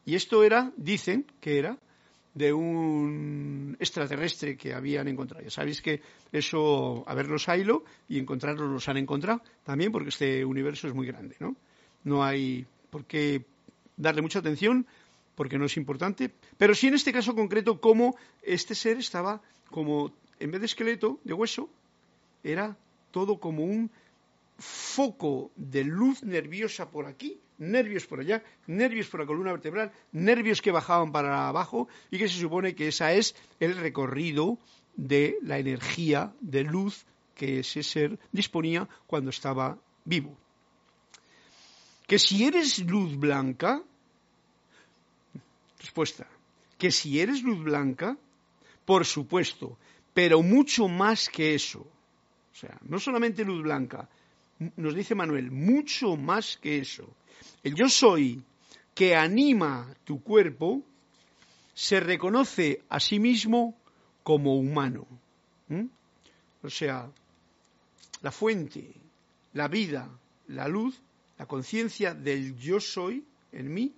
Y esto era, dicen que era, de un extraterrestre que habían encontrado. Ya sabéis que eso, a verlos haylo y encontrarlos los han encontrado también, porque este universo es muy grande, ¿no? No hay por qué darle mucha atención, porque no es importante. Pero sí en este caso concreto, cómo este ser estaba como, en vez de esqueleto, de hueso, era todo como un foco de luz nerviosa por aquí, nervios por allá, nervios por la columna vertebral, nervios que bajaban para abajo, y que se supone que ese es el recorrido de la energía de luz que ese ser disponía cuando estaba vivo. Que si eres luz blanca, respuesta, que si eres luz blanca, por supuesto, pero mucho más que eso. O sea, no solamente luz blanca, nos dice Manuel, mucho más que eso. El yo soy que anima tu cuerpo se reconoce a sí mismo como humano. ¿Mm? O sea, la fuente, la vida, la luz, la conciencia del yo soy en mí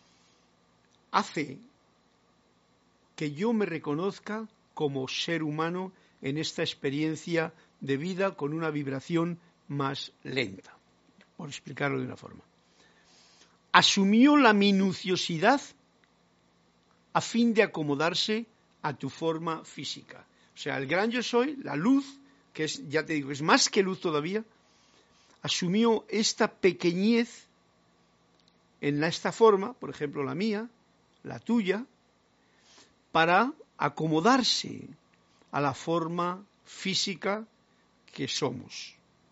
hace que yo me reconozca como ser humano en esta experiencia de vida con una vibración más lenta, por explicarlo de una forma. Asumió la minuciosidad a fin de acomodarse a tu forma física. O sea, el gran yo soy, la luz, que es, ya te digo, es más que luz todavía, asumió esta pequeñez en esta forma, por ejemplo la mía, la tuya, para acomodarse a la forma física que somos.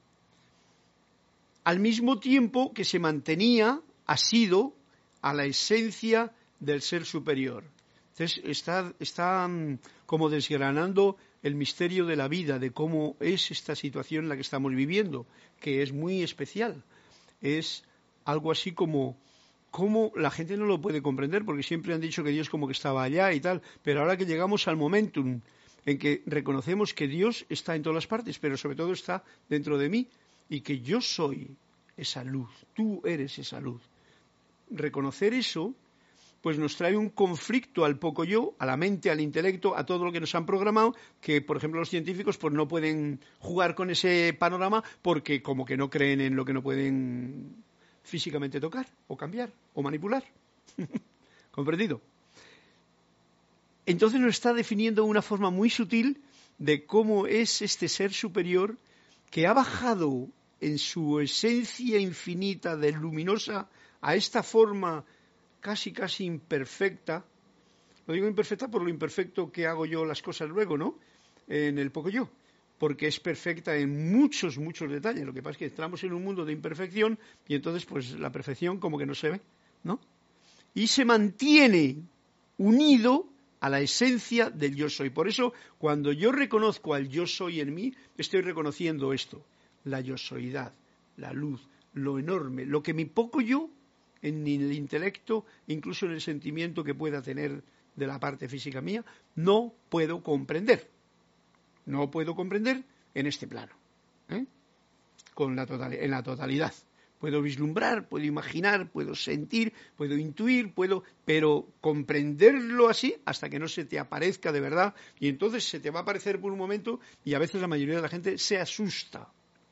Al mismo tiempo que se mantenía asido a la esencia del ser superior. Entonces está, está como desgranando el misterio de la vida, de cómo es esta situación en la que estamos viviendo, que es muy especial. Es algo así como, como la gente no lo puede comprender, porque siempre han dicho que Dios como que estaba allá y tal, pero ahora que llegamos al momentum en que reconocemos que Dios está en todas las partes, pero sobre todo está dentro de mí, y que yo soy esa luz, tú eres esa luz. Reconocer eso, pues nos trae un conflicto al poco yo, a la mente, al intelecto, a todo lo que nos han programado, que por ejemplo los científicos pues no pueden jugar con ese panorama porque como que no creen en lo que no pueden físicamente tocar, o cambiar, o manipular. ¿Comprendido? Entonces nos está definiendo una forma muy sutil de cómo es este ser superior que ha bajado en su esencia infinita de luminosa a esta forma casi casi imperfecta. Lo digo imperfecta por lo imperfecto que hago yo las cosas luego, ¿no? En el poco yo, porque es perfecta en muchos, muchos detalles. Lo que pasa es que entramos en un mundo de imperfección y entonces pues la perfección como que no se ve, ¿no? Y se mantiene unido a la esencia del yo soy. Por eso, cuando yo reconozco al yo soy en mí, estoy reconociendo esto, la yo soidad, la luz, lo enorme, lo que mi poco yo, en el intelecto, incluso en el sentimiento que pueda tener de la parte física mía, no puedo comprender. No puedo comprender en este plano, ¿eh? Con la total, en la totalidad. Puedo vislumbrar, puedo imaginar, puedo sentir, puedo intuir, puedo, pero comprenderlo así hasta que no se te aparezca de verdad, y entonces se te va a aparecer por un momento y a veces la mayoría de la gente se asusta.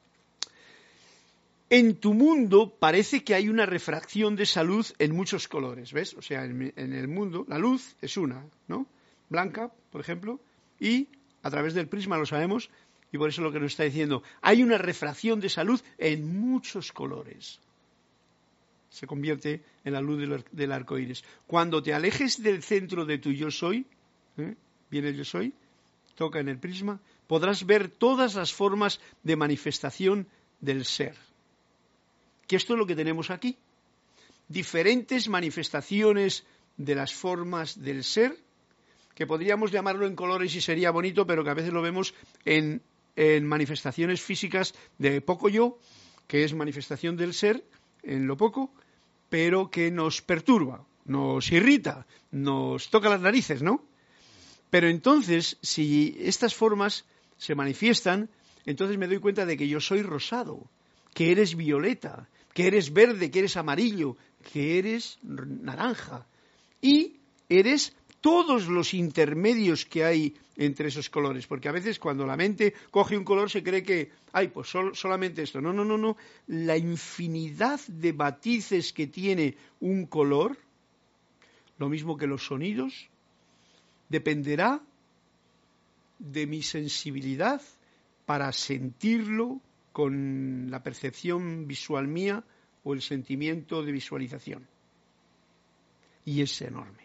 En tu mundo parece que hay una refracción de esa luz en muchos colores, ¿ves? O sea, en, en el mundo la luz es una, ¿no? Blanca, por ejemplo, y a través del prisma lo sabemos. Y por eso lo que nos está diciendo, hay una refracción de esa luz en muchos colores. Se convierte en la luz del, del arco iris. Cuando te alejes del centro de tu yo soy, ¿eh? Viene el yo soy, toca en el prisma, podrás ver todas las formas de manifestación del ser. Que esto es lo que tenemos aquí. Diferentes manifestaciones de las formas del ser, que podríamos llamarlo en colores y sería bonito, pero que a veces lo vemos en en manifestaciones físicas de poco yo, que es manifestación del ser en lo poco, pero que nos perturba, nos irrita, nos toca las narices, ¿no? Pero entonces, si estas formas se manifiestan, entonces me doy cuenta de que yo soy rosado, que eres violeta, que eres verde, que eres amarillo, que eres naranja, y eres todos los intermedios que hay entre esos colores, porque a veces cuando la mente coge un color se cree que, ay, pues sol, solamente esto. No, no, no, no. La infinidad de matices que tiene un color, lo mismo que los sonidos, dependerá de mi sensibilidad para sentirlo con la percepción visual mía o el sentimiento de visualización. Y es enorme.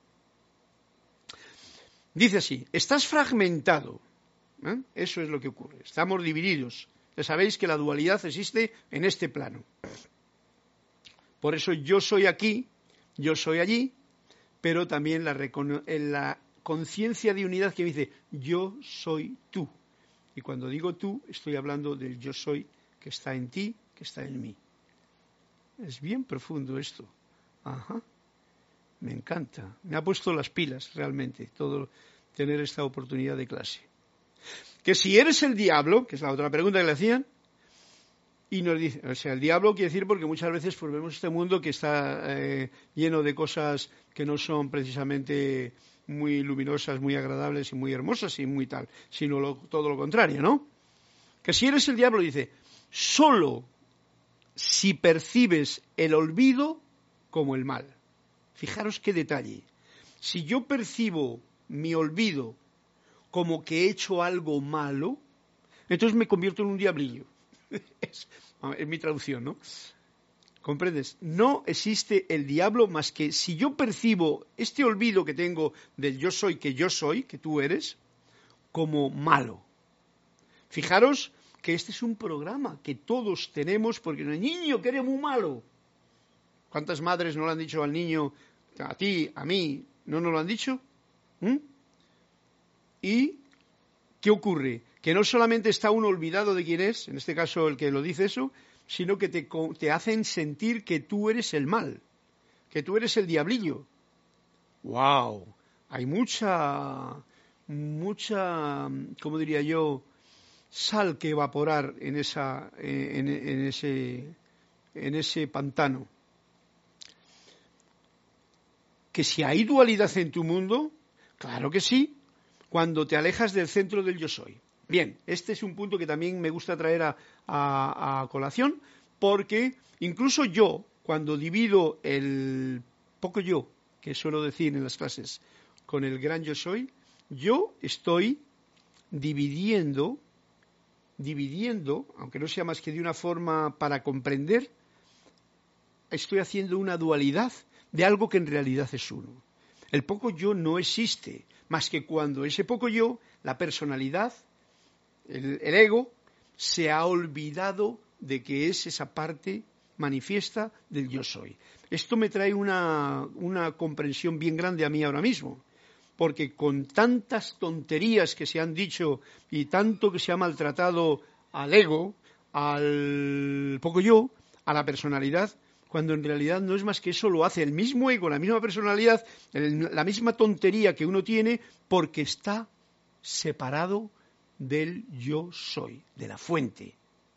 Dice así, estás fragmentado. ¿Eh? Eso es lo que ocurre. Estamos divididos. Ya sabéis que la dualidad existe en este plano. Por eso yo soy aquí, yo soy allí, pero también la, recono- en la conciencia de unidad que me dice, yo soy tú. Y cuando digo tú, estoy hablando del yo soy que está en ti, que está en mí. Es bien profundo esto. Ajá. Me encanta. Me ha puesto las pilas realmente todo tener esta oportunidad de clase. Que si eres el diablo, que es la otra pregunta que le hacían, y nos dice, o sea, el diablo quiere decir porque muchas veces pues, vemos este mundo que está eh, lleno de cosas que no son precisamente muy luminosas, muy agradables y muy hermosas y muy tal, sino lo, todo lo contrario, ¿no? Que si eres el diablo, dice, solo si percibes el olvido como el mal. Fijaros qué detalle. Si yo percibo mi olvido como que he hecho algo malo, entonces me convierto en un diablillo. Es, es mi traducción, ¿no? ¿Comprendes? No existe el diablo más que si yo percibo este olvido que tengo del yo soy, que yo soy, que tú eres, como malo. Fijaros que este es un programa que todos tenemos porque el niño que eres muy malo. ¿Cuántas madres no le han dicho al niño, a ti, a mí, no nos lo han dicho? ¿Mm? ¿Y qué ocurre? Que no solamente está uno olvidado de quién es, en este caso el que lo dice eso, sino que te, te hacen sentir que tú eres el mal, que tú eres el diablillo. ¡Wow! Hay mucha, mucha, ¿cómo diría yo?, sal que evaporar en, esa, en, en, ese, en ese pantano. ¿Que si hay dualidad en tu mundo? Claro que sí, cuando te alejas del centro del yo soy. Bien, este es un punto que también me gusta traer a, a, a colación, porque incluso yo, cuando divido el poco yo, que suelo decir en las clases, con el gran yo soy, yo estoy dividiendo, dividiendo, aunque no sea más que de una forma para comprender, estoy haciendo una dualidad de algo que en realidad es uno. El poco yo no existe, más que cuando ese poco yo, la personalidad, el, el ego, se ha olvidado de que es esa parte manifiesta del yo soy. Esto me trae una, una comprensión bien grande a mí ahora mismo, porque con tantas tonterías que se han dicho y tanto que se ha maltratado al ego, al poco yo, a la personalidad, cuando en realidad no es más que eso lo hace el mismo ego, la misma personalidad, el, la misma tontería que uno tiene, porque está separado del yo soy, de la fuente.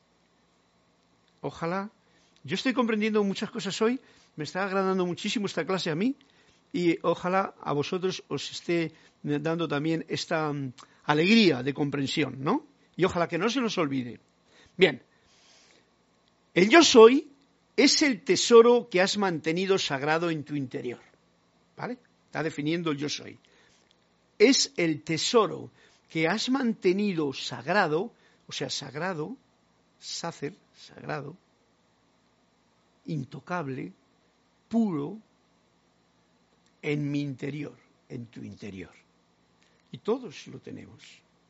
Ojalá, yo estoy comprendiendo muchas cosas hoy, me está agradando muchísimo esta clase a mí, y ojalá a vosotros os esté dando también esta um, alegría de comprensión, ¿no? Y ojalá que no se nos olvide. Bien, el yo soy es el tesoro que has mantenido sagrado en tu interior, ¿vale? Está definiendo el yo soy. Es el tesoro que has mantenido sagrado, o sea, sagrado, sacer, sagrado, intocable, puro, en mi interior, en tu interior. Y todos lo tenemos.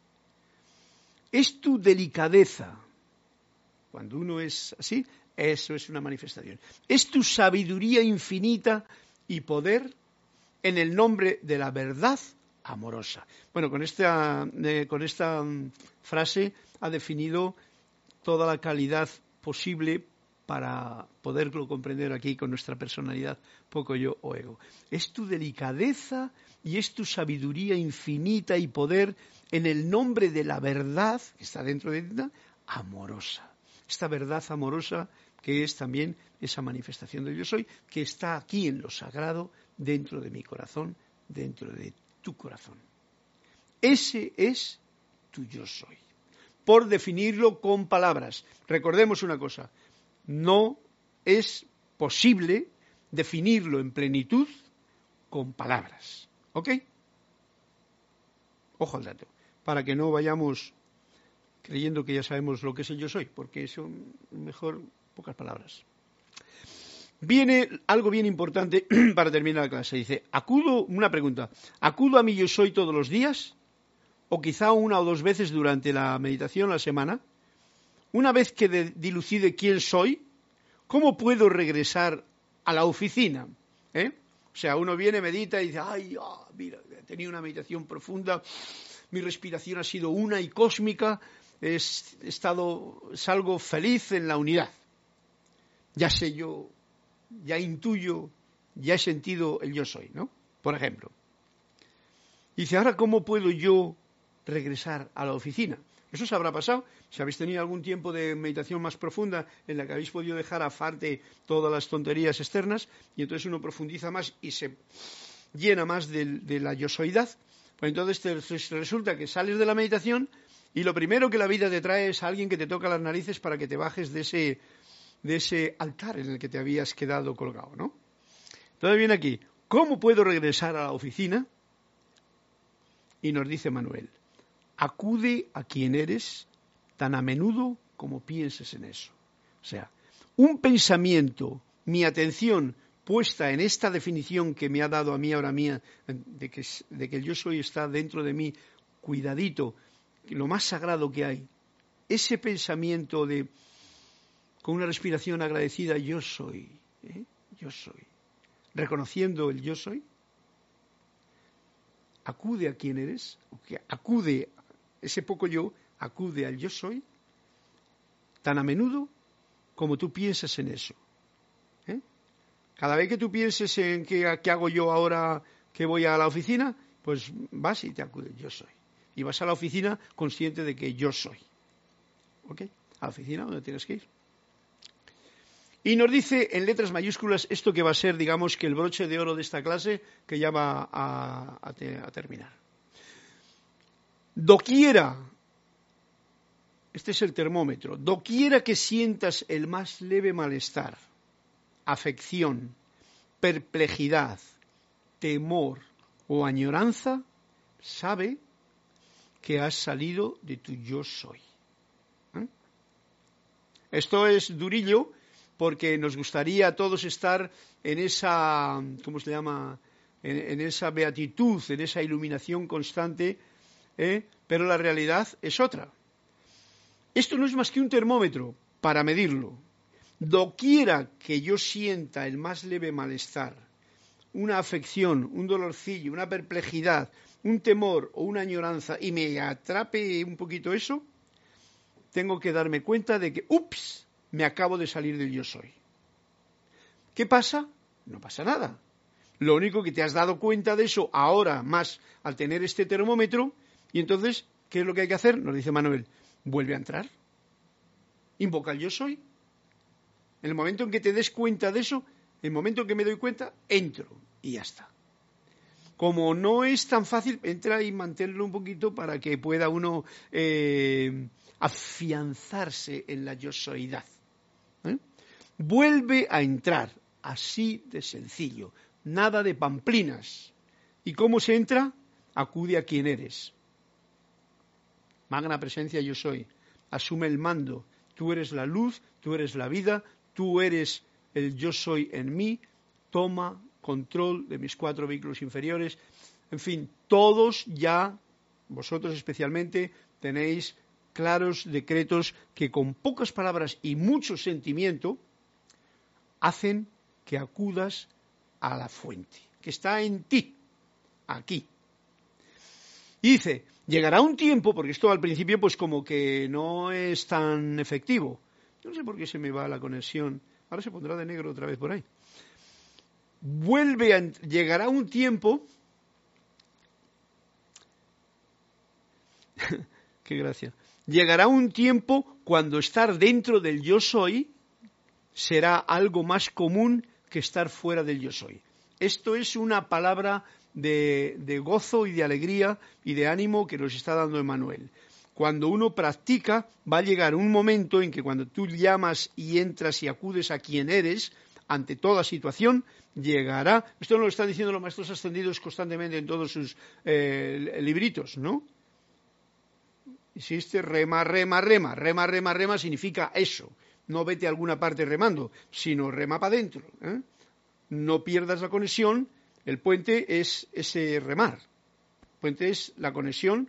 Es tu delicadeza. Cuando uno es así, eso es una manifestación. Es tu sabiduría infinita y poder en el nombre de la verdad amorosa. Bueno, con esta, eh, con esta um, frase ha definido toda la calidad posible para poderlo comprender aquí con nuestra personalidad, poco yo o ego. Es tu delicadeza y es tu sabiduría infinita y poder en el nombre de la verdad, que está dentro de ti, amorosa. Esta verdad amorosa que es también esa manifestación del yo soy, que está aquí en lo sagrado dentro de mi corazón, dentro de tu corazón. Ese es tu yo soy. Por definirlo con palabras. Recordemos una cosa, no es posible definirlo en plenitud con palabras. ¿Ok? Ojo al dato, para que no vayamos creyendo que ya sabemos lo que es el yo soy, porque son mejor pocas palabras. Viene algo bien importante para terminar la clase. Dice, acudo, una pregunta, ¿acudo a mi yo soy todos los días? O quizá una o dos veces durante la meditación, la semana. Una vez que de, dilucide quién soy, ¿cómo puedo regresar a la oficina? ¿Eh? O sea, uno viene, medita y dice, ay, oh, mira, he tenido una meditación profunda, mi respiración ha sido una y cósmica, he estado, salgo feliz en la unidad. Ya sé yo, ya intuyo, ya he sentido el yo soy, ¿no? Por ejemplo. Dice, ahora, ¿cómo puedo yo regresar a la oficina? Eso os habrá pasado. Si habéis tenido algún tiempo de meditación más profunda en la que habéis podido dejar aparte todas las tonterías externas y entonces uno profundiza más y se llena más de, de la yosoidad, pues entonces te resulta que sales de la meditación y lo primero que la vida te trae es a alguien que te toca las narices para que te bajes de ese, de ese altar en el que te habías quedado colgado, ¿no? Entonces viene aquí, ¿cómo puedo regresar a la oficina? Y nos dice Manuel, acude a quien eres tan a menudo como pienses en eso. O sea, un pensamiento, mi atención puesta en esta definición que me ha dado a mí ahora mía, de que, de que el yo soy está dentro de mí, cuidadito, lo más sagrado que hay, ese pensamiento de, con una respiración agradecida, yo soy, ¿eh? yo soy, reconociendo el yo soy, acude a quien eres, acude, ese poco yo, acude al yo soy, tan a menudo como tú piensas en eso. ¿Eh? Cada vez que tú pienses en qué, qué hago yo ahora que voy a la oficina, pues vas y te acude, yo soy. Y vas a la oficina consciente de que yo soy. ¿Ok? A la oficina donde tienes que ir. Y nos dice en letras mayúsculas esto que va a ser, digamos, que el broche de oro de esta clase, que ya va a, a, te, a terminar. Doquiera, este es el termómetro, doquiera que sientas el más leve malestar, afección, perplejidad, temor o añoranza, sabe que has salido de tu yo soy. ¿Eh? Esto es durillo porque nos gustaría a todos estar en esa, ¿cómo se llama? En, en esa beatitud, en esa iluminación constante, ¿eh? Pero la realidad es otra. Esto no es más que un termómetro para medirlo. Doquiera que yo sienta el más leve malestar, una afección, un dolorcillo, una perplejidad, un temor o una añoranza y me atrape un poquito eso, tengo que darme cuenta de que, ups, me acabo de salir del yo soy. ¿Qué pasa? No pasa nada. Lo único que te has dado cuenta de eso ahora más al tener este termómetro y entonces, ¿qué es lo que hay que hacer? Nos dice Manuel, vuelve a entrar. Invoca el yo soy. En el momento en que te des cuenta de eso, en el momento en que me doy cuenta, entro y ya está. Como no es tan fácil, entra y manténlo un poquito para que pueda uno eh, afianzarse en la yosoidad. ¿Eh? Vuelve a entrar, así de sencillo, nada de pamplinas. ¿Y cómo se entra? Acude a quien eres. Magna presencia yo soy. Asume el mando. Tú eres la luz, tú eres la vida, tú eres el yo soy en mí. Toma control de mis cuatro vehículos inferiores. En fin, todos ya, vosotros especialmente, tenéis claros decretos que con pocas palabras y mucho sentimiento hacen que acudas a la fuente, que está en ti, aquí. Y dice, llegará un tiempo, porque esto al principio pues como que no es tan efectivo. No sé por qué se me va la conexión. Ahora se pondrá de negro otra vez por ahí. Vuelve a, llegará un tiempo, qué gracia, llegará un tiempo cuando estar dentro del yo soy será algo más común que estar fuera del yo soy. Esto es una palabra de, de gozo y de alegría y de ánimo que nos está dando Emmanuel. Cuando uno practica, va a llegar un momento en que cuando tú llamas y entras y acudes a quien eres, ante toda situación, llegará. Esto nos lo están diciendo los maestros ascendidos constantemente en todos sus eh, libritos, ¿no? Existe rema, rema, rema. Rema, rema, rema significa eso. No vete a alguna parte remando, sino rema para adentro. ¿eh? No pierdas la conexión. El puente es ese remar. El puente es la conexión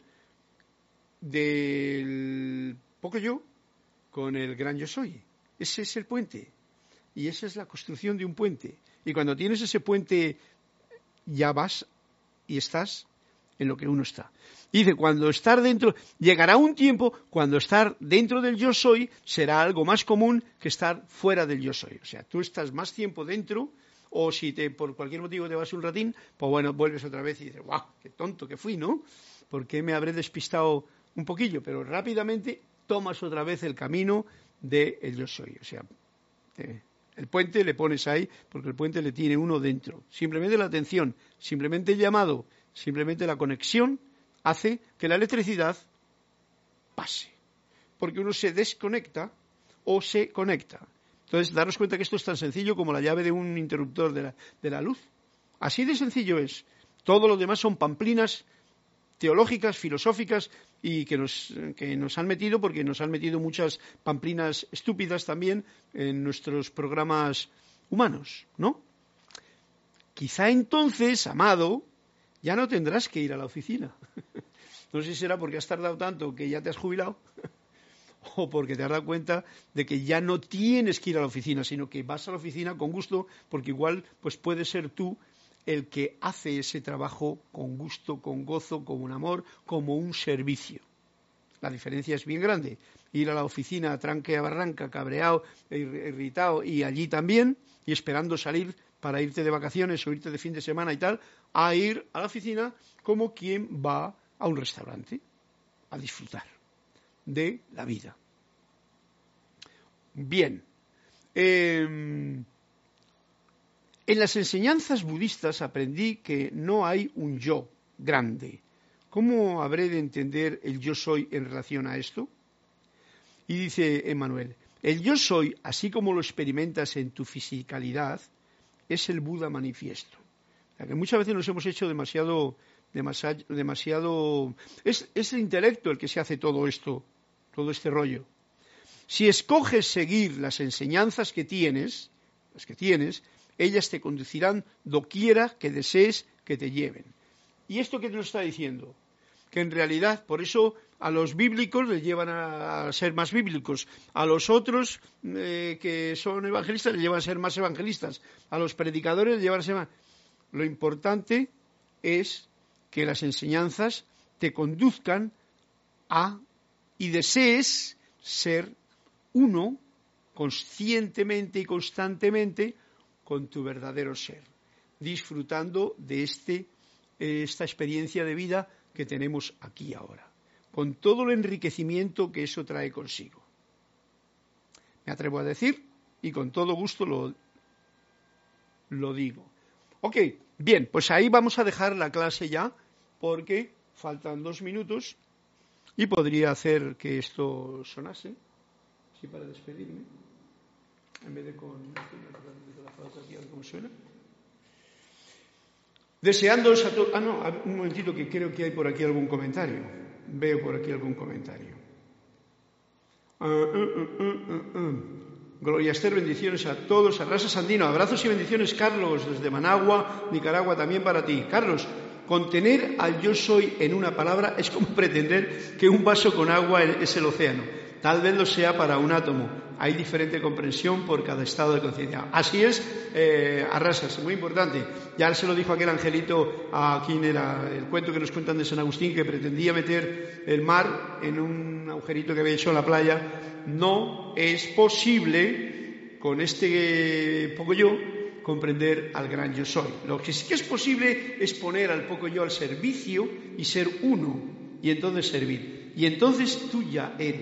del poco yo con el gran yo soy. Ese es el puente. Y esa es la construcción de un puente. Y cuando tienes ese puente, ya vas y estás en lo que uno está. Y dice, cuando estar dentro, llegará un tiempo cuando estar dentro del yo soy será algo más común que estar fuera del yo soy. O sea, tú estás más tiempo dentro, o si te por cualquier motivo te vas un ratín, pues bueno, vuelves otra vez y dices, guau, qué tonto que fui, ¿no? ¿Por qué me habré despistado un poquillo? Pero rápidamente tomas otra vez el camino del yo soy. O sea, eh, el puente le pones ahí porque el puente le tiene uno dentro. Simplemente la atención, simplemente el llamado, simplemente la conexión hace que la electricidad pase. Porque uno se desconecta o se conecta. Entonces, daros cuenta que esto es tan sencillo como la llave de un interruptor de la, de la luz. Así de sencillo es. Todo lo demás son pamplinas teológicas, filosóficas, y que nos, que nos han metido, porque nos han metido muchas pamplinas estúpidas también en nuestros programas humanos, ¿no? Quizá entonces, amado, ya no tendrás que ir a la oficina. No sé si será porque has tardado tanto que ya te has jubilado o porque te has dado cuenta de que ya no tienes que ir a la oficina, sino que vas a la oficina con gusto, porque igual pues puedes ser tú el que hace ese trabajo con gusto, con gozo, con un amor, como un servicio. La diferencia es bien grande. Ir a la oficina a tranque a barranca, cabreado, irritado, y allí también, y esperando salir para irte de vacaciones o irte de fin de semana y tal, a ir a la oficina como quien va a un restaurante a disfrutar de la vida. Bien. Eh, En las enseñanzas budistas aprendí que no hay un yo grande. ¿Cómo habré de entender el yo soy en relación a esto? Y dice Emmanuel, el yo soy, así como lo experimentas en tu fisicalidad, es el Buda manifiesto. O sea, que muchas veces nos hemos hecho demasiado... demasiado, demasiado es, es el intelecto el que se hace todo esto, todo este rollo. Si escoges seguir las enseñanzas que tienes, las que tienes, ellas te conducirán doquiera que desees que te lleven. ¿Y esto qué nos está diciendo? Que en realidad, por eso a los bíblicos les llevan a ser más bíblicos, a los otros eh, que son evangelistas les llevan a ser más evangelistas, a los predicadores les llevan a ser más... Lo importante es que las enseñanzas te conduzcan a y desees ser uno conscientemente y constantemente con tu verdadero ser, disfrutando de este, eh, esta experiencia de vida que tenemos aquí ahora, con todo el enriquecimiento que eso trae consigo. Me atrevo a decir, y con todo gusto lo, lo digo. Ok, bien, pues ahí vamos a dejar la clase ya, porque faltan dos minutos, y podría hacer que esto sonase, así para despedirme. En vez de con la flauta aquí, a ver cómo suena. Deseándoos a todos... Ah, no, un momentito que creo que hay por aquí algún comentario. Veo por aquí algún comentario. Uh, uh, uh, uh, uh, uh. Gloria Esther, bendiciones a todos. A Raza Sandino, abrazos y bendiciones, Carlos, desde Managua, Nicaragua, también para ti. Carlos, contener al yo soy en una palabra es como pretender que un vaso con agua es el océano. Tal vez lo sea para un átomo. Hay diferente comprensión por cada estado de conciencia. Así es, eh, Arrasas, muy importante. Ya se lo dijo aquel angelito a quien era el cuento que nos cuentan de San Agustín, que pretendía meter el mar en un agujerito que había hecho en la playa. No es posible, con este poco yo, comprender al gran yo soy. Lo que sí que es posible es poner al poco yo al servicio y ser uno, y entonces servir. Y entonces tú ya eres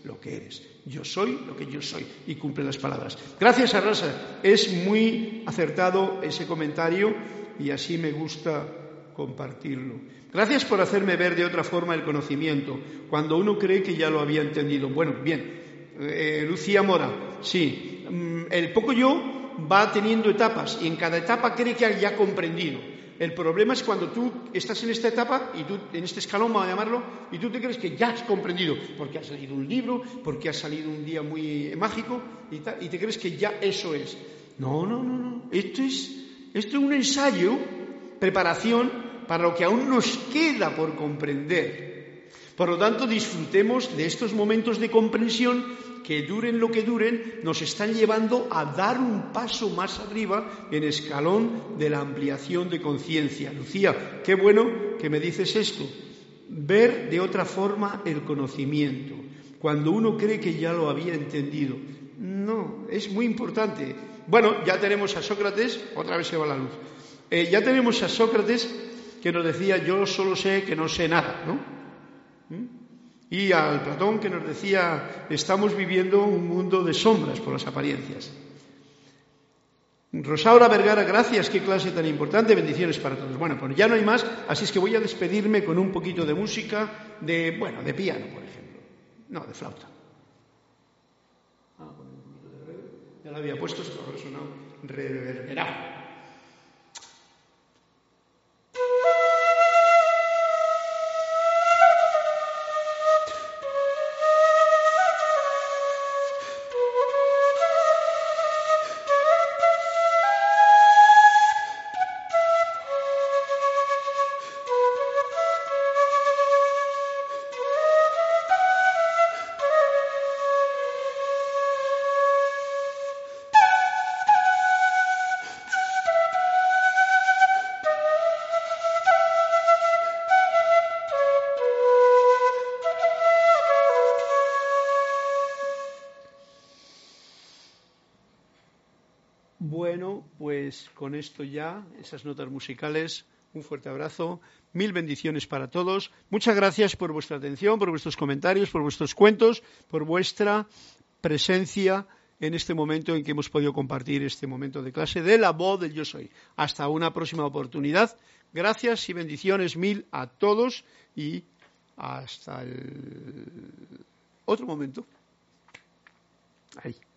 lo que eres. Yo soy lo que yo soy y cumple las palabras. Gracias, Arrasa. Es muy acertado ese comentario y así me gusta compartirlo. Gracias por hacerme ver de otra forma el conocimiento, cuando uno cree que ya lo había entendido. Bueno, bien. Eh, Lucía Mora, sí. El poco yo va teniendo etapas y en cada etapa cree que ya ha comprendido. El problema es cuando tú estás en esta etapa, y tú en este escalón, vamos a llamarlo, y tú te crees que ya has comprendido, porque ha salido un libro, porque ha salido un día muy mágico, y, tal, y te crees que ya eso es. No, no, no, no. Esto es, esto es un ensayo, preparación para lo que aún nos queda por comprender. Por lo tanto, disfrutemos de estos momentos de comprensión que duren lo que duren, nos están llevando a dar un paso más arriba en escalón de la ampliación de conciencia. Lucía, qué bueno que me dices esto. Ver de otra forma el conocimiento, cuando uno cree que ya lo había entendido. No, es muy importante. Bueno, ya tenemos a Sócrates, otra vez se va la luz. Eh, ya tenemos a Sócrates que nos decía, yo solo sé que no sé nada, ¿no? ¿Mm? Y al Platón que nos decía, estamos viviendo un mundo de sombras por las apariencias. Rosaura Vergara, gracias, qué clase tan importante, bendiciones para todos. Bueno, pues ya no hay más, así es que voy a despedirme con un poquito de música, de, bueno, de piano, por ejemplo. No, de flauta. Ah, con un poquito de reverb. Ya lo había puesto, esto ha resonado reverberado. Bueno, pues con esto ya, esas notas musicales, un fuerte abrazo, mil bendiciones para todos. Muchas gracias por vuestra atención, por vuestros comentarios, por vuestros cuentos, por vuestra presencia en este momento en que hemos podido compartir este momento de clase de la voz del Yo Soy. Hasta una próxima oportunidad. Gracias y bendiciones mil a todos y hasta el otro momento. Ahí.